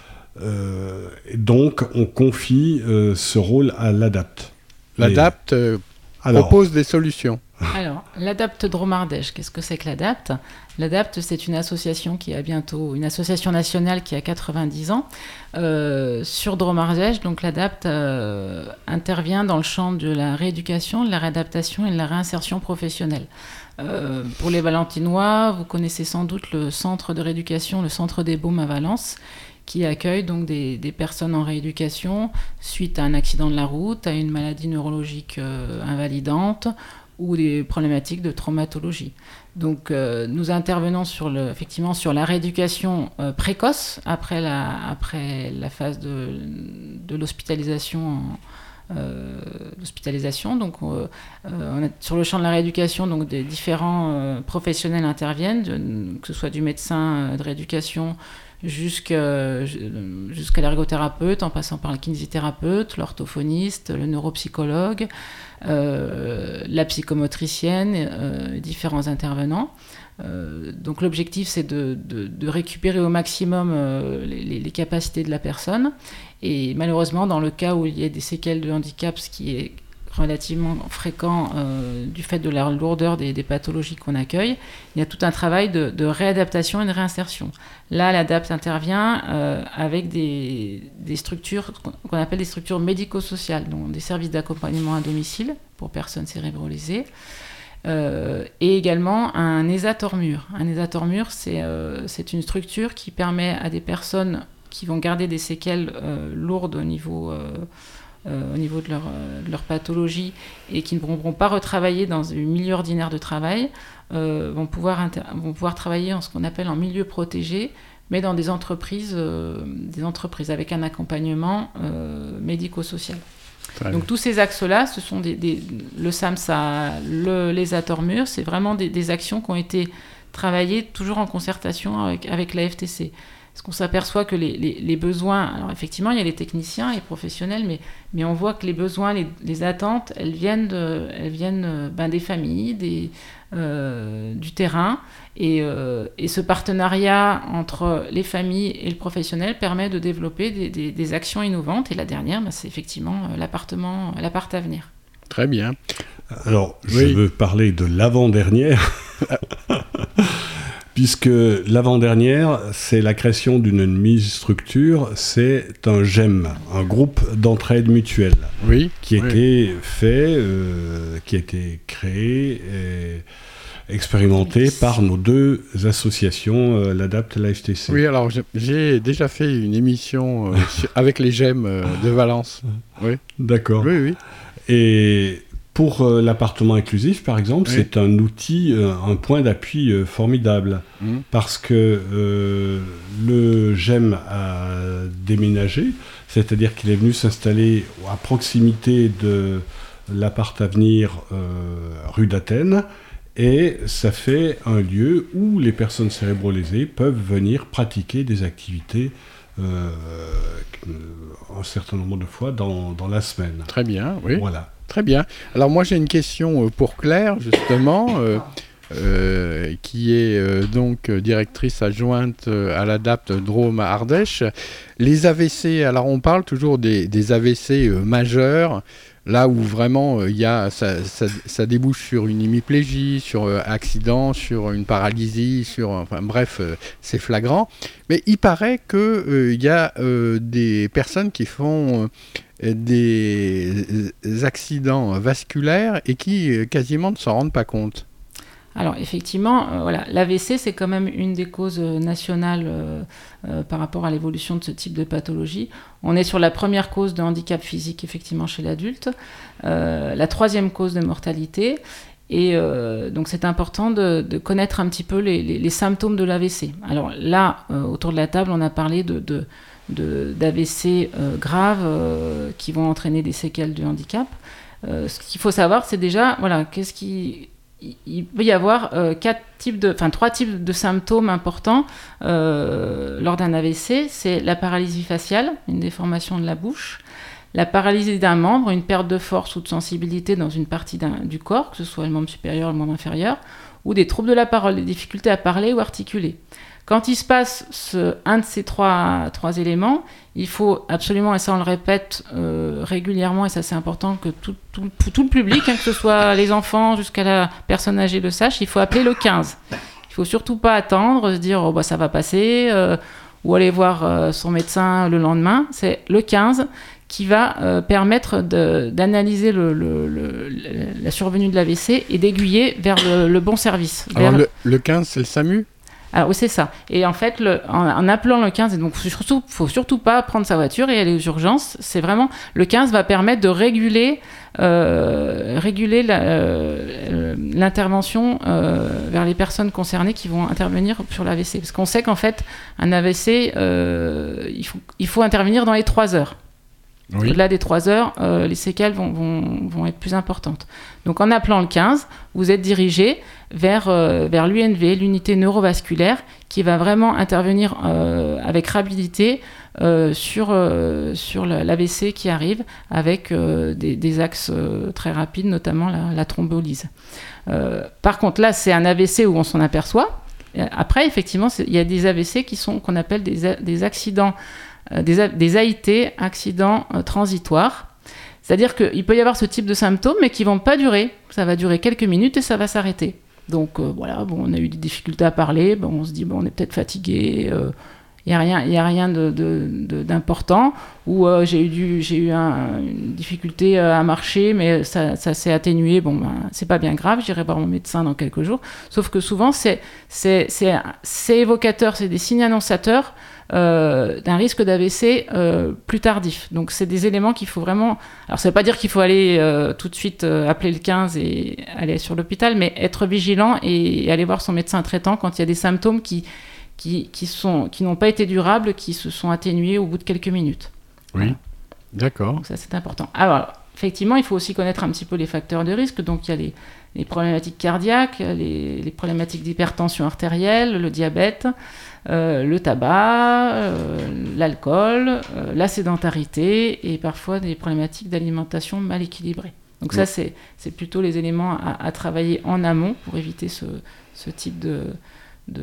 Euh, donc, on confie euh, ce rôle à l'Adapt. L'Adapt euh, propose des solutions. Alors, l'Adapt Dromardèche, qu'est-ce que c'est que l'Adapt ? L'Adapt, c'est une association qui a bientôt, une association nationale qui a quatre-vingt-dix ans. Euh, sur Dromardèche, donc l'Adapt euh, intervient dans le champ de la rééducation, de la réadaptation et de la réinsertion professionnelle. Euh, pour les Valentinois, vous connaissez sans doute le centre de rééducation, le centre des Baumes à Valence, qui accueille donc des, des personnes en rééducation suite à un accident de la route, à une maladie neurologique euh, invalidante ou des problématiques de traumatologie. Donc euh, nous intervenons sur le, effectivement sur la rééducation euh, précoce après la, après la phase de, de l'hospitalisation en, euh, d'hospitalisation. Donc, euh, on a, sur le champ de la rééducation, donc des différents euh, professionnels interviennent, de, que ce soit du médecin de rééducation jusqu'à, jusqu'à l'ergothérapeute, en passant par le kinésithérapeute, l'orthophoniste, le neuropsychologue, euh, la psychomotricienne, euh, différents intervenants. Euh, donc l'objectif, c'est de, de, de récupérer au maximum euh, les, les capacités de la personne. Et malheureusement, dans le cas où il y a des séquelles de handicap, ce qui est relativement fréquent euh, du fait de la lourdeur des, des pathologies qu'on accueille, il y a tout un travail de, de réadaptation et de réinsertion. Là, l'ADAPT intervient euh, avec des, des structures qu'on appelle des structures médico-sociales, donc des services d'accompagnement à domicile pour personnes cérébrolésées, euh, et également un ESAT-hors-mur. Un ESAT-hors-mur, c'est, euh, c'est une structure qui permet à des personnes qui vont garder des séquelles euh, lourdes au niveau... Euh, Euh, au niveau de leur, euh, de leur pathologie et qui ne pourront pas retravailler dans un milieu ordinaire de travail, euh, vont, pouvoir inter- vont pouvoir travailler en ce qu'on appelle en milieu protégé, mais dans des entreprises, euh, des entreprises avec un accompagnement euh, médico-social. Très Donc bien. Tous ces axes-là, ce sont des, des, le SAMSA, le, les ESAT-hors-mur, c'est vraiment des, des actions qui ont été travaillées toujours en concertation avec, avec la F T C. Parce qu'on s'aperçoit que les, les, les besoins, alors effectivement, il y a les techniciens et professionnels, mais, mais on voit que les besoins, les, les attentes, elles viennent, de, elles viennent ben, des familles, des, euh, du terrain. Et, euh, et ce partenariat entre les familles et le professionnel permet de développer des, des, des actions innovantes. Et la dernière, ben, c'est effectivement l'appartement, l'appart à venir. Très bien. Alors, je oui. veux parler de l'avant-dernière. Puisque l'avant-dernière, c'est la création d'une mini-structure, c'est un G E M, un groupe d'entraide mutuelle, oui, qui a oui. été fait, euh, qui a été créé et expérimenté oui. par nos deux associations, euh, l'ADAPT et la F T C. Oui, alors j'ai, j'ai déjà fait une émission euh, sur, avec les G E M euh, de Valence. Oui. D'accord. Oui, oui. Et... Pour euh, l'appartement inclusif, par exemple, oui. c'est un outil, euh, un point d'appui euh, formidable. Mmh. Parce que euh, le G E M a déménagé, c'est-à-dire qu'il est venu s'installer à proximité de l'appart à venir euh, rue d'Athènes, et ça fait un lieu où les personnes cérébrolésées peuvent venir pratiquer des activités euh, un certain nombre de fois dans, dans la semaine. Très bien, oui. Voilà. Très bien. Alors moi j'ai une question pour Claire justement, euh, euh, qui est euh, donc directrice adjointe à l'ADAPT Drôme à Ardèche. Les A V C, alors on parle toujours des, des A V C euh, majeurs, là où vraiment il euh, y a, ça, ça, ça débouche sur une hémiplégie, sur euh, accident, sur une paralysie, sur, enfin bref, euh, c'est flagrant. Mais il paraît qu'il euh, y a euh, des personnes qui font... Euh, des accidents vasculaires et qui euh, quasiment ne s'en rendent pas compte. Alors effectivement, euh, voilà, l'A V C c'est quand même une des causes nationales euh, euh, par rapport à l'évolution de ce type de pathologie. On est sur la première cause de handicap physique effectivement chez l'adulte, euh, la troisième cause de mortalité. Et euh, donc c'est important de, de connaître un petit peu les, les, les symptômes de l'A V C. Alors là, euh, autour de la table, on a parlé de, de De, d'A V C euh, graves euh, qui vont entraîner des séquelles de handicap. Euh, ce qu'il faut savoir, c'est déjà, voilà, qu'est-ce qui... Il peut y avoir euh, quatre types de, enfin, trois types de symptômes importants euh, lors d'un A V C. C'est la paralysie faciale, une déformation de la bouche, la paralysie d'un membre, une perte de force ou de sensibilité dans une partie d'un, du corps, que ce soit le membre supérieur ou le membre inférieur, ou des troubles de la parole, des difficultés à parler ou articuler. Quand il se passe ce, un de ces trois, trois éléments, il faut absolument, et ça on le répète euh, régulièrement, et ça c'est important que tout, tout, tout le public, hein, que ce soit les enfants jusqu'à la personne âgée le sache, il faut appeler le quinze. Il ne faut surtout pas attendre, se dire oh, bah, ça va passer, euh, ou aller voir euh, son médecin le lendemain. C'est le quinze qui va euh, permettre de, d'analyser le, le, le, la survenue de l'A V C et d'aiguiller vers le, le bon service. Alors vers... le, le quinze, c'est le SAMU ? Alors oui, c'est ça. Et en fait, le, en, en appelant le quinze, et donc surtout, faut surtout pas prendre sa voiture et aller aux urgences. C'est vraiment le quinze va permettre de réguler, euh, réguler la, euh, l'intervention euh, vers les personnes concernées qui vont intervenir sur l'A V C. Parce qu'on sait qu'en fait, un A V C, euh, il faut, il faut intervenir dans les trois heures. Oui. Au-delà des trois heures, euh, les séquelles vont, vont, vont être plus importantes. Donc en appelant le quinze, vous êtes dirigé vers, euh, vers l'U N V, l'unité neurovasculaire, qui va vraiment intervenir euh, avec rapidité euh, sur, euh, sur l'A V C qui arrive, avec euh, des, des axes euh, très rapides, notamment la, la thrombolyse. Euh, par contre, là, c'est un A V C où on s'en aperçoit. Après, effectivement, il y a des A V C qui sont, qu'on appelle des, des accidents, euh, des, des A I T, accidents euh, transitoires. C'est-à-dire qu'il peut y avoir ce type de symptômes, mais qui ne vont pas durer. Ça va durer quelques minutes et ça va s'arrêter. Donc euh, voilà, bon, on a eu des difficultés à parler, bon, on se dit bon, on est peut-être fatigué, il euh, n'y a rien, y a rien de, de, de, d'important, ou euh, j'ai eu, du, j'ai eu un, une difficulté à marcher, mais ça, ça s'est atténué, bon, ben, c'est pas bien grave, j'irai voir mon médecin dans quelques jours. Sauf que souvent, c'est, c'est, c'est, c'est évocateur, c'est des signes annonçateurs euh, d'un risque d'A V C euh, plus tardif. Donc c'est des éléments qu'il faut vraiment... Alors ça ne veut pas dire qu'il faut aller euh, tout de suite euh, appeler le quinze et aller sur l'hôpital, mais être vigilant et, et aller voir son médecin traitant quand il y a des symptômes qui... Qui, qui, sont, qui n'ont pas été durables, qui se sont atténués au bout de quelques minutes. Oui, voilà. D'accord. Donc ça, c'est important. Alors, effectivement, il faut aussi connaître un petit peu les facteurs de risque. Donc, il y a les, les problématiques cardiaques, les, les problématiques d'hypertension artérielle, le diabète, euh, le tabac, euh, l'alcool, euh, la sédentarité et parfois des problématiques d'alimentation mal équilibrée. Donc oui. ça, c'est, c'est plutôt les éléments à, à travailler en amont pour éviter ce, ce type de... De,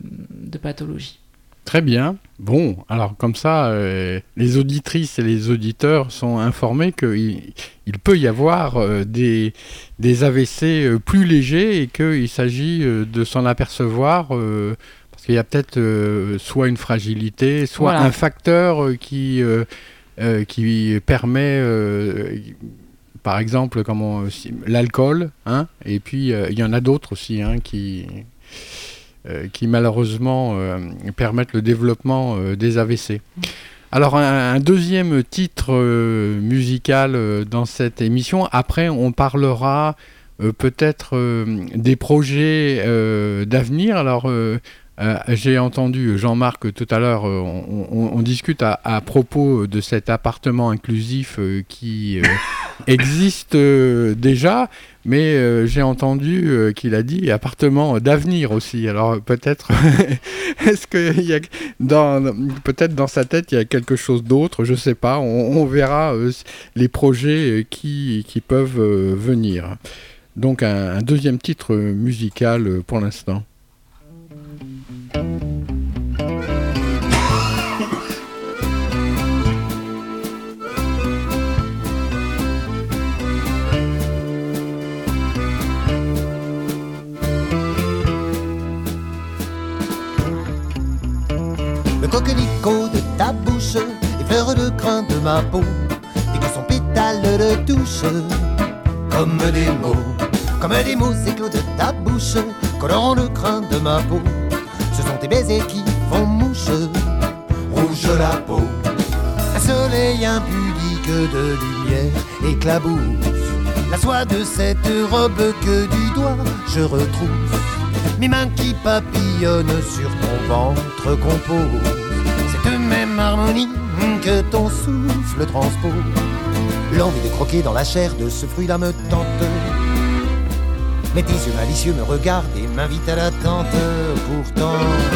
de pathologie. Très bien. Bon, alors comme ça, euh, les auditrices et les auditeurs sont informés qu'il il peut y avoir euh, des, des A V C euh, plus légers et qu'il s'agit euh, de s'en apercevoir euh, parce qu'il y a peut-être euh, soit une fragilité, soit voilà. un facteur euh, qui, euh, euh, qui permet... Euh, par exemple, comment, l'alcool, hein, et puis il euh, y en a d'autres aussi hein, qui... Euh, qui malheureusement euh, permettent le développement euh, des A V C. Alors un, un deuxième titre euh, musical euh, dans cette émission, après on parlera euh, peut-être euh, des projets euh, d'avenir. Alors euh, euh, j'ai entendu Jean-Marc tout à l'heure, euh, on, on, on discute à, à propos de cet appartement inclusif euh, qui euh, existe euh, déjà, mais euh, j'ai entendu euh, qu'il a dit appartement d'avenir aussi. Alors peut-être, est-ce que il y a dans, peut-être dans sa tête il y a quelque chose d'autre, je sais pas. On, on verra euh, les projets qui, qui peuvent euh, venir. Donc un, un deuxième titre musical euh, pour l'instant. Le coquelicot de ta bouche effleure le crin de ma peau et que son pétale le touche comme des mots, comme des mots s'éclosent de ta bouche, colorant le crin de ma peau. Ce sont tes baisers qui font mouche, rouge la peau. Un soleil impudique de lumière éclabousse la soie de cette robe que du doigt je retrousse. Mes mains qui papillonnent sur ton ventre compose cette même harmonie que ton souffle transpose. L'envie de croquer dans la chair de ce fruit-là me tente, mais tes yeux malicieux me regardent et m'invitent à l'attente. Pourtant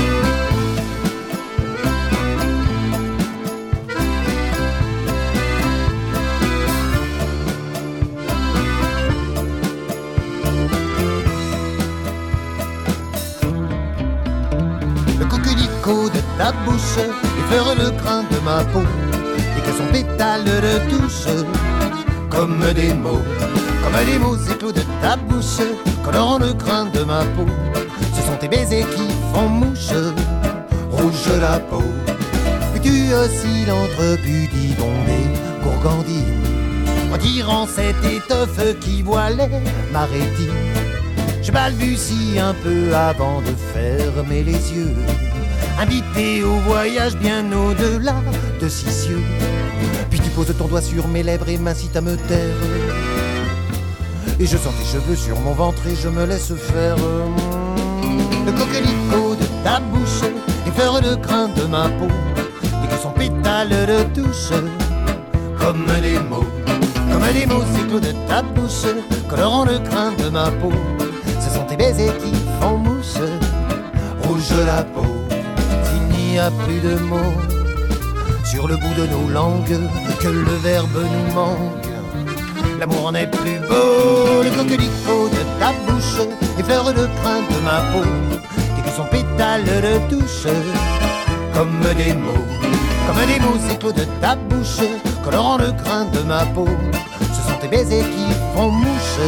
de ta bouche effleure le crin de ma peau et que son pétale le touche comme des mots, comme des mots éclos de ta bouche, colorant le crin de ma peau. Ce sont tes baisers qui font mouche, rouge la peau. Puis tu oscilles entre Budibonde et Gourgandine, retirant cette étoffe qui voilait ma rétine. Je balbutie un peu avant de fermer les yeux, invité au voyage bien au-delà de six cieux. Puis tu poses ton doigt sur mes lèvres et m'incites à me taire, et je sens tes cheveux sur mon ventre et je me laisse faire. Le coquelicot de ta bouche effleure le crin de ma peau et que son pétale le touche comme des mots, comme des mots cyclos de ta bouche, colorant le crin de ma peau. Ce sont tes baisers qui font mouche, rouge la peau. Il n'y a plus de mots sur le bout de nos langues, que le verbe nous manque. L'amour n'est plus beau, le coquelicot de ta bouche effleure le crin de ma peau, et que son pétale de touche, comme des mots, comme des mots éclos de ta bouche, colorant le crin de ma peau. Ce sont tes baisers qui font mouche,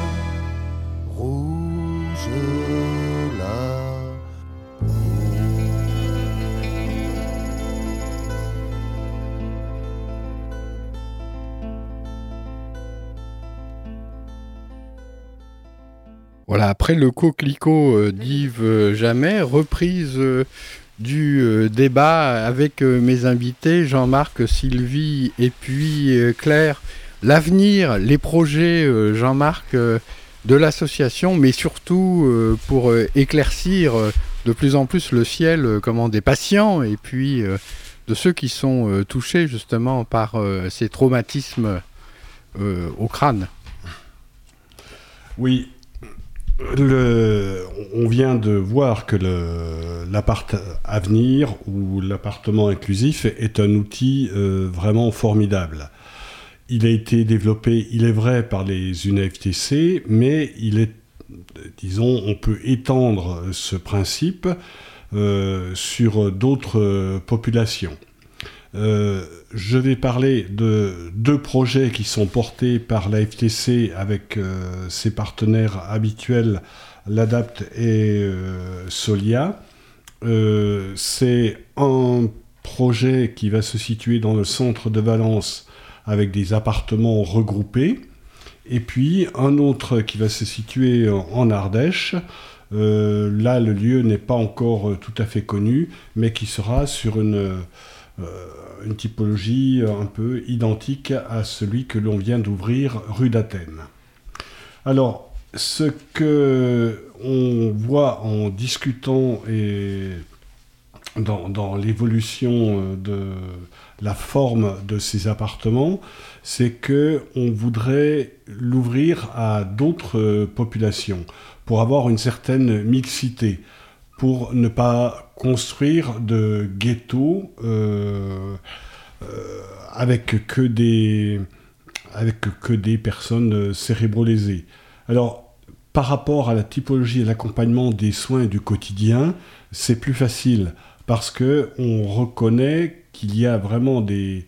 rouge la peau. Voilà, après le coquelicot euh, d'Yves Jamais, reprise euh, du euh, débat avec euh, mes invités, Jean-Marc, Sylvie et puis euh, Claire. L'avenir, les projets, euh, Jean-Marc, euh, de l'association, mais surtout euh, pour euh, éclaircir euh, de plus en plus le ciel euh, comment, des patients et puis euh, de ceux qui sont euh, touchés justement par euh, ces traumatismes euh, au crâne. Oui. Le, on vient de voir que le, l'appart Avenir ou l'appartement inclusif est un outil euh, vraiment formidable. Il a été développé, il est vrai, par les U N F T C, mais il est, disons, on peut étendre ce principe euh, sur d'autres euh, populations. Euh, je vais parler de deux projets qui sont portés par la F T C avec euh, ses partenaires habituels, l'Adapt et euh, Solia. Euh, c'est un projet qui va se situer dans le centre de Valence avec des appartements regroupés, et puis un autre qui va se situer en Ardèche. Euh, là, le lieu n'est pas encore tout à fait connu, mais qui sera sur une... Euh, une typologie un peu identique à celui que l'on vient d'ouvrir rue d'Athènes. Alors, ce que on voit en discutant et dans, dans l'évolution de la forme de ces appartements, c'est que on voudrait l'ouvrir à d'autres populations pour avoir une certaine mixité, pour ne pas construire de ghettos euh, euh, avec, que des, avec que des personnes cérébrolésées. Alors, par rapport à la typologie et l'accompagnement des soins du quotidien, c'est plus facile parce qu'on reconnaît qu'il y a vraiment des,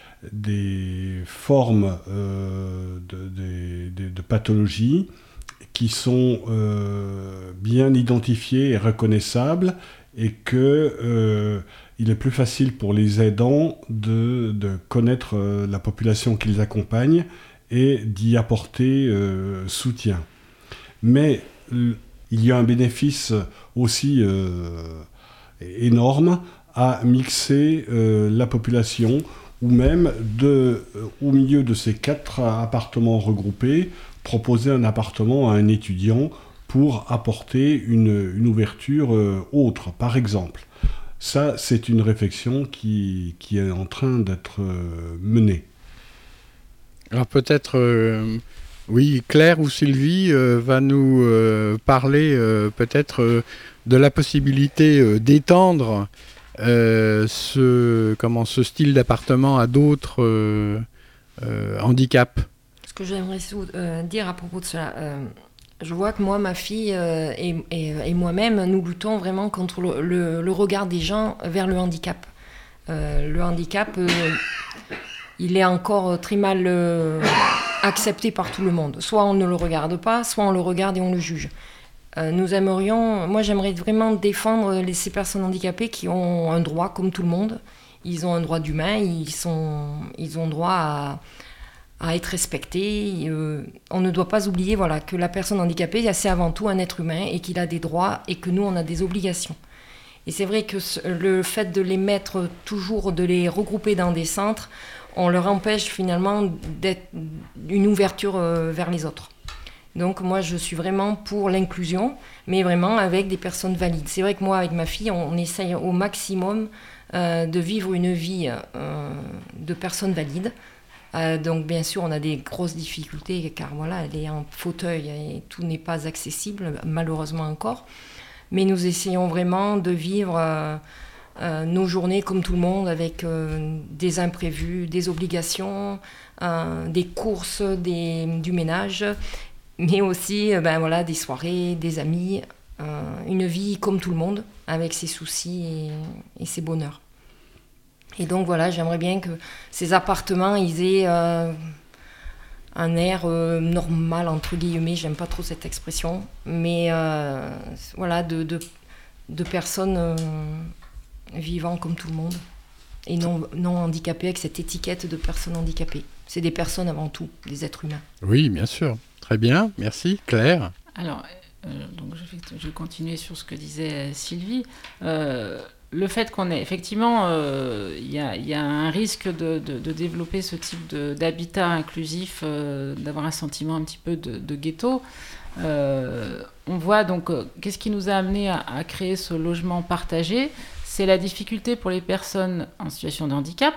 des formes euh, de, de, de, de pathologies qui sont euh, bien identifiés et reconnaissables, et qu'il euh, est plus facile pour les aidants de, de connaître euh, la population qu'ils accompagnent et d'y apporter euh, soutien. Mais l- il y a un bénéfice aussi euh, énorme à mixer euh, la population, ou même de, euh, au milieu de ces quatre appartements regroupés, proposer un appartement à un étudiant pour apporter une, une ouverture euh, autre, par exemple. Ça, c'est une réflexion qui, qui est en train d'être euh, menée. Alors peut-être, euh, oui, Claire ou Sylvie euh, va nous euh, parler euh, peut-être euh, de la possibilité euh, d'étendre euh, ce, comment, ce style d'appartement à d'autres euh, euh, handicaps. Ce que j'aimerais euh, dire à propos de cela, euh, je vois que moi, ma fille euh, et, et, et moi-même, nous luttons vraiment contre le, le, le regard des gens vers le handicap. Euh, le handicap, euh, il est encore très mal euh, accepté par tout le monde. Soit on ne le regarde pas, soit on le regarde et on le juge. Euh, nous aimerions, moi j'aimerais vraiment défendre les, ces personnes handicapées qui ont un droit comme tout le monde. Ils ont un droit d'humain, ils, sont, ils ont droit à... à être respecté. Euh, on ne doit pas oublier voilà, que la personne handicapée, c'est avant tout un être humain et qu'il a des droits et que nous, on a des obligations. Et c'est vrai que ce, le fait de les mettre toujours, de les regrouper dans des centres, on leur empêche finalement d'être une ouverture euh, vers les autres. Donc moi, je suis vraiment pour l'inclusion, mais vraiment avec des personnes valides. C'est vrai que moi, avec ma fille, on, on essaye au maximum euh, de vivre une vie euh, de personnes valides, Euh, donc bien sûr, on a des grosses difficultés car voilà, elle est en fauteuil et tout n'est pas accessible, malheureusement encore. Mais nous essayons vraiment de vivre euh, euh, nos journées comme tout le monde, avec euh, des imprévus, des obligations, euh, des courses, des, du ménage, mais aussi euh, ben, voilà, des soirées, des amis, euh, une vie comme tout le monde, avec ses soucis et, et ses bonheurs. Et donc voilà, j'aimerais bien que ces appartements, ils aient euh, un air euh, normal, entre guillemets, j'aime pas trop cette expression, mais euh, voilà, de, de, de personnes euh, vivant comme tout le monde, et non, non handicapées, avec cette étiquette de personnes handicapées. C'est des personnes avant tout, des êtres humains. Oui, bien sûr. Très bien, merci. Claire ? Alors, euh, donc je, vais, je vais continuer sur ce que disait Sylvie. Euh, Le fait qu'on ait, effectivement, il euh, y, y a un risque de, de, de développer ce type de, d'habitat inclusif, euh, d'avoir un sentiment un petit peu de, de ghetto. Euh, on voit donc, euh, qu'est-ce qui nous a amené à, à créer ce logement partagé ? C'est la difficulté pour les personnes en situation de handicap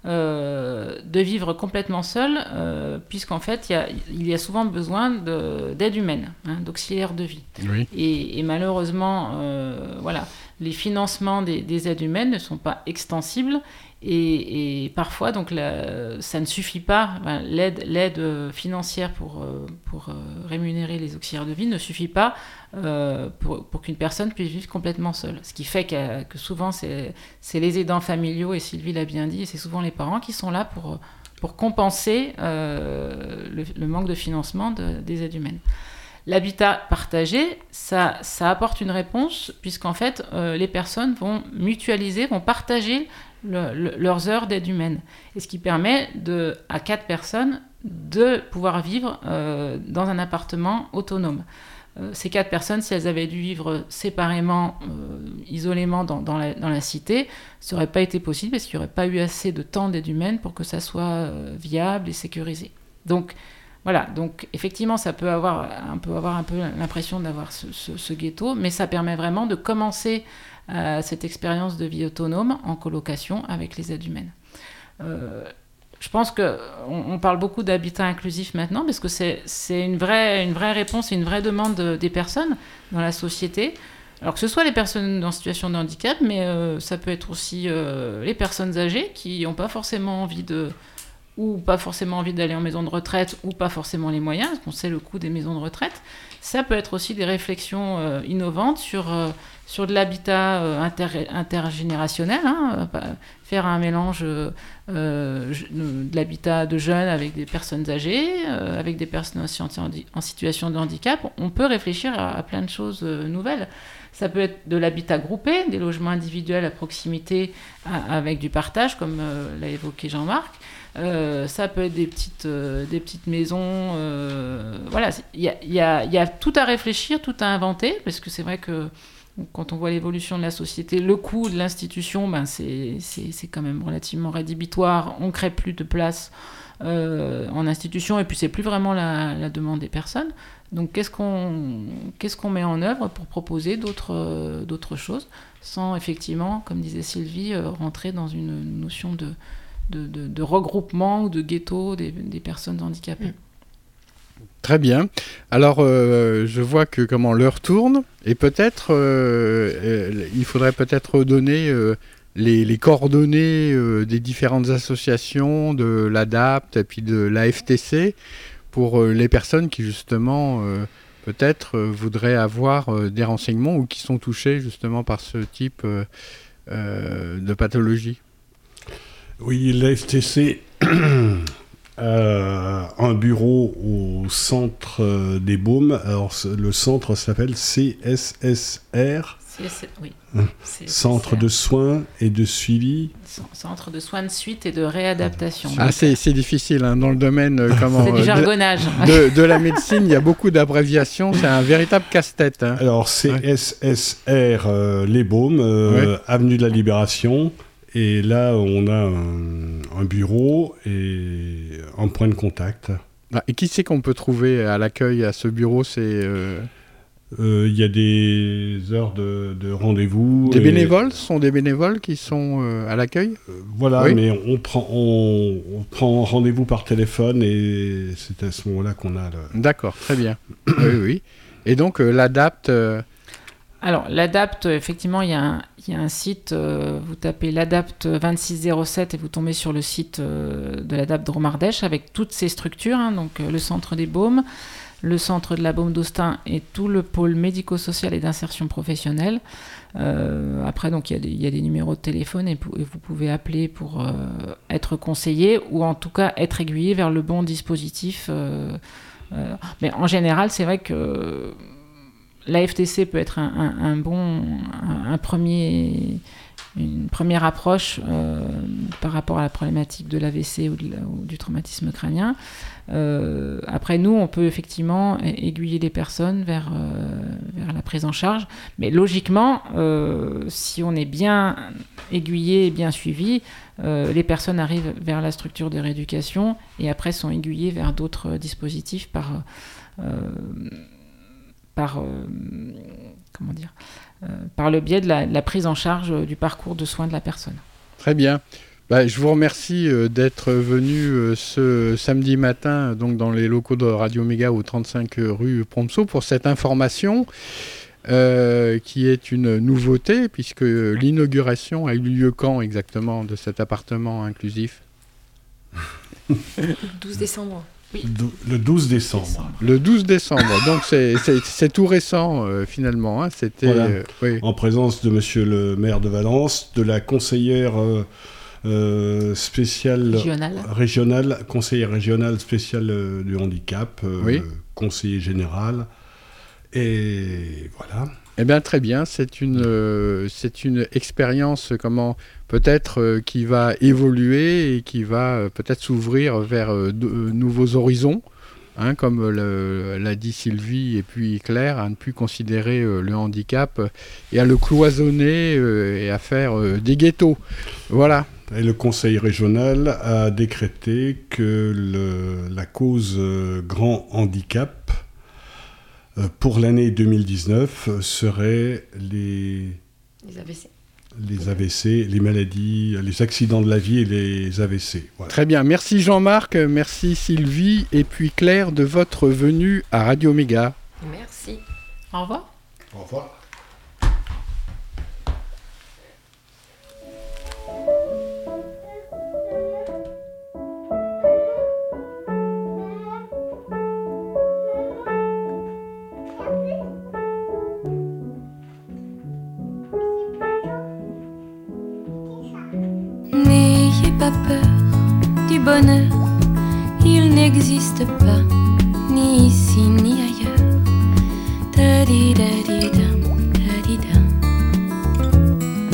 euh, de vivre complètement seules, euh, puisqu'en fait, il y a, il y a souvent besoin de, d'aide humaine, hein, d'auxiliaires de vie. Oui. Et, et malheureusement, euh, voilà, les financements des, des aides humaines ne sont pas extensibles et, et parfois, donc, la, ça ne suffit pas. Ben, l'aide, l'aide financière pour, pour rémunérer les auxiliaires de vie ne suffit pas euh, pour, pour qu'une personne puisse vivre complètement seule. Ce qui fait que, que souvent, c'est, c'est les aidants familiaux, et Sylvie l'a bien dit, et c'est souvent les parents qui sont là pour, pour compenser euh, le, le manque de financement de, des aides humaines. L'habitat partagé, ça, ça apporte une réponse, puisqu'en fait, euh, les personnes vont mutualiser, vont partager le, le, leurs heures d'aide humaine. Et ce qui permet de, à quatre personnes de pouvoir vivre euh, dans un appartement autonome. Euh, ces quatre personnes, si elles avaient dû vivre séparément, euh, isolément dans, dans, la, dans la cité, ça n'aurait pas été possible, parce qu'il n'y aurait pas eu assez de temps d'aide humaine pour que ça soit euh, viable et sécurisé. Donc, Voilà, donc effectivement, ça peut avoir un peu, avoir un peu l'impression d'avoir ce, ce, ce ghetto, mais ça permet vraiment de commencer euh, cette expérience de vie autonome en colocation avec les aides humaines. Euh, je pense qu'on on parle beaucoup d'habitat inclusif maintenant, parce que c'est, c'est une, vraie, une vraie réponse et une vraie demande de, des personnes dans la société. Alors que ce soit les personnes en situation de handicap, mais euh, ça peut être aussi euh, les personnes âgées qui n'ont pas forcément envie de... ou pas forcément envie d'aller en maison de retraite, ou pas forcément les moyens, parce qu'on sait le coût des maisons de retraite. Ça peut être aussi des réflexions euh, innovantes sur, euh, sur de l'habitat euh, inter- intergénérationnel, hein, euh, faire un mélange euh, de l'habitat de jeunes avec des personnes âgées, euh, avec des personnes en, en situation de handicap. On peut réfléchir à, à plein de choses euh, nouvelles. Ça peut être de l'habitat groupé, des logements individuels à proximité à, avec du partage, comme euh, l'a évoqué Jean-Marc. Euh, ça peut être des petites, euh, des petites maisons. Euh, voilà, il y a, y a, y a tout à réfléchir, tout à inventer, parce que c'est vrai que quand on voit l'évolution de la société, le coût de l'institution, ben c'est, c'est, c'est quand même relativement rédhibitoire. On ne crée plus de place euh, en institution, et puis c'est plus vraiment la, la demande des personnes. Donc qu'est-ce qu'on, qu'est-ce qu'on met en œuvre pour proposer d'autres, euh, d'autres choses, sans effectivement, comme disait Sylvie, euh, rentrer dans une notion de De, de, de regroupement ou de ghetto des, des personnes handicapées. Très bien. Alors, euh, je vois que comment l'heure tourne, et peut-être, euh, euh, il faudrait peut-être donner euh, les, les coordonnées euh, des différentes associations, de l'A D A P T et puis de l'A F T C, pour euh, les personnes qui, justement, euh, peut-être euh, voudraient avoir euh, des renseignements ou qui sont touchées, justement, par ce type euh, euh, de pathologie. Oui, l'A F T C a un bureau au centre des Baumes. Alors, le centre s'appelle C S S R. C S, oui. C S S R. Centre de soins et de suivi. Centre de soins de suite et de réadaptation. Ah, c'est, c'est difficile, hein, dans le domaine euh, comment, c'est du jargonnage. De, de, de la médecine, il y a beaucoup d'abréviations, c'est un véritable casse-tête. Hein. Alors, C S S R, euh, les Baumes, euh, ouais. Avenue de la Libération. Et là, on a un, un bureau et un point de contact. Ah, et qui c'est qu'on peut trouver à l'accueil à ce bureau ? C'est, euh... Euh, Il y a des heures de, de rendez-vous. Des et... bénévoles, ce sont des bénévoles qui sont euh, à l'accueil ? euh, Voilà, oui. mais on prend, on, on prend rendez-vous par téléphone et c'est à ce moment-là qu'on a le... D'accord, très bien. oui, oui. Et donc, euh, l'Adapt... Euh... Alors, l'Adapt, effectivement, il y, y a un site, euh, vous tapez l'Adapt vingt-six zéro sept et vous tombez sur le site euh, de l'Adapt Dromardèche avec toutes ces structures, hein, donc euh, le centre des baumes, le centre de la Baume d'Austin et tout le pôle médico-social et d'insertion professionnelle. Euh, après, donc, il y, y a des numéros de téléphone et, et vous pouvez appeler pour euh, être conseillé ou en tout cas être aiguillé vers le bon dispositif. Euh, euh, mais en général, c'est vrai que l'A F T C peut être un, un, un bon, un, un premier, une première approche euh, par rapport à la problématique de l'A V C ou, de la, ou du traumatisme crânien. Euh, après, nous, on peut effectivement aiguiller les personnes vers, euh, vers la prise en charge. Mais logiquement, euh, si on est bien aiguillé et bien suivi, euh, les personnes arrivent vers la structure de rééducation et après sont aiguillées vers d'autres dispositifs par... Euh, par, euh, comment dire, euh, par le biais de la, de la prise en charge du parcours de soins de la personne. Très bien. Bah, je vous remercie euh, d'être venu euh, ce samedi matin donc dans les locaux de Radio Méga au trente-cinq rue Prompso pour cette information euh, qui est une nouveauté puisque l'inauguration a eu lieu quand exactement de cet appartement inclusif ? douze décembre. Oui. Le douze décembre. Le douze décembre, donc c'est, c'est, c'est tout récent euh, finalement. Hein. C'était voilà. euh, oui. En présence de monsieur le maire de Valence, de la conseillère euh, euh, spéciale régionale. régionale, conseillère régionale spéciale euh, du handicap, euh, oui. conseiller général, et voilà. Eh bien, très bien. C'est une, euh, c'est une expérience, comment, peut-être, euh, qui va évoluer et qui va euh, peut-être s'ouvrir vers euh, de euh, nouveaux horizons, hein, comme le, l'a dit Sylvie et puis Claire, à ne plus considérer euh, le handicap et à le cloisonner euh, et à faire euh, des ghettos. Voilà. Et le conseil régional a décrété que le, la cause euh, grand handicap pour l'année deux mille dix-neuf, seraient les, les A V C. Les A V C, les maladies, les accidents de la vie et les A V C. Voilà. Très bien. Merci Jean-Marc, merci Sylvie et puis Claire de votre venue à Radio Méga. Merci. Au revoir. Au revoir. Pas peur du bonheur, il n'existe pas, ni ici ni ailleurs. Ta-di-da-di-dam, ta-di-dam.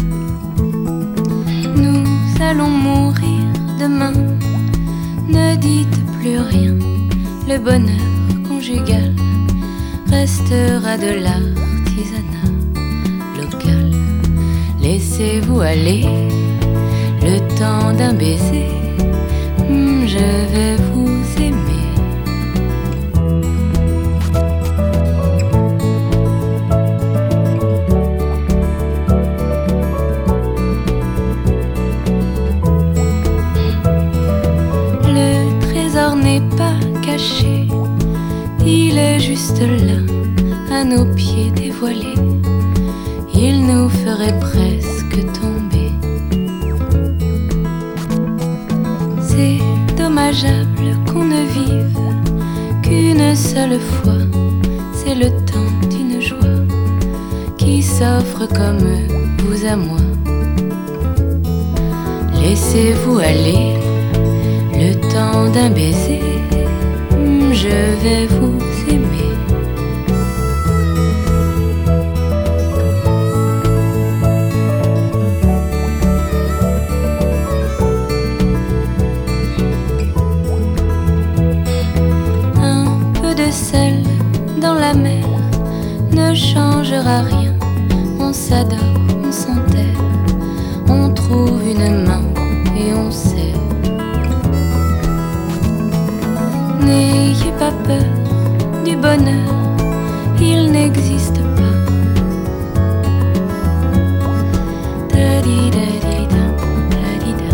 Nous allons mourir demain, ne dites plus rien. Le bonheur conjugal restera de l'artisanat local. Laissez-vous aller. Le temps d'un baiser, mmh, je vais vous aimer. Le trésor n'est pas caché, il est juste là, à nos pieds dévoilés. Il nous ferait presque tomber. C'est dommageable qu'on ne vive qu'une seule fois. C'est le temps d'une joie qui s'offre comme vous à moi. Laissez-vous aller, le temps d'un baiser, je vais vous aimer. Sel dans la mer ne changera rien. On s'adore, on s'enterre, on trouve une main et on serre. N'ayez pas peur du bonheur, il n'est n'existe pas. Da-di-da-di-da, da-di-da.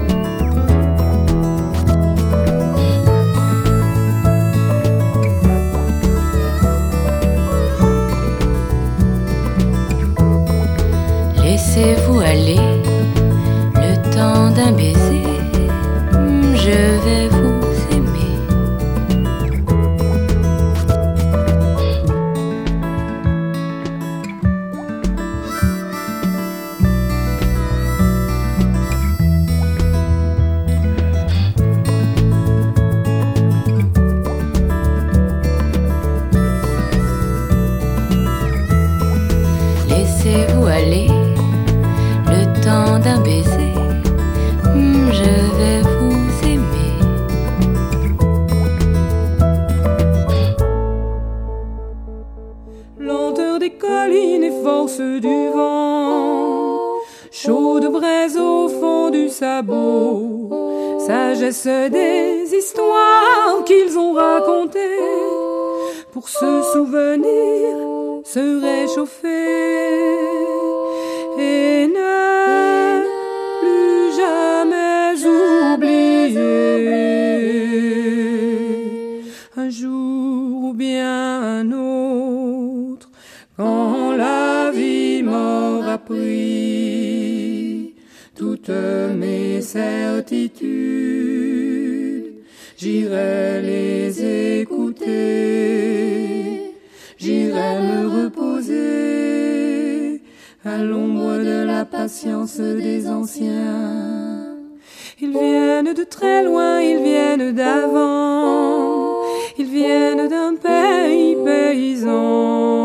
Laissez-vous aller le temps d'un baiser, je vais vous aimer. Laissez-vous aller le temps d'un baiser, je vais vous aimer. Lenteur des collines et force du vent, chaude braise au fond du sabot, sagesse des histoires qu'ils ont racontées, pour se souvenir, se réchauffer et ne plus jamais oublier. Un jour ou bien un autre, quand la vie m'aura pris toutes mes certitudes, j'irai les écouter, j'irai me reposer à l'ombre de la patience des anciens. Ils viennent de très loin, ils viennent d'avant, ils viennent d'un pays paysan.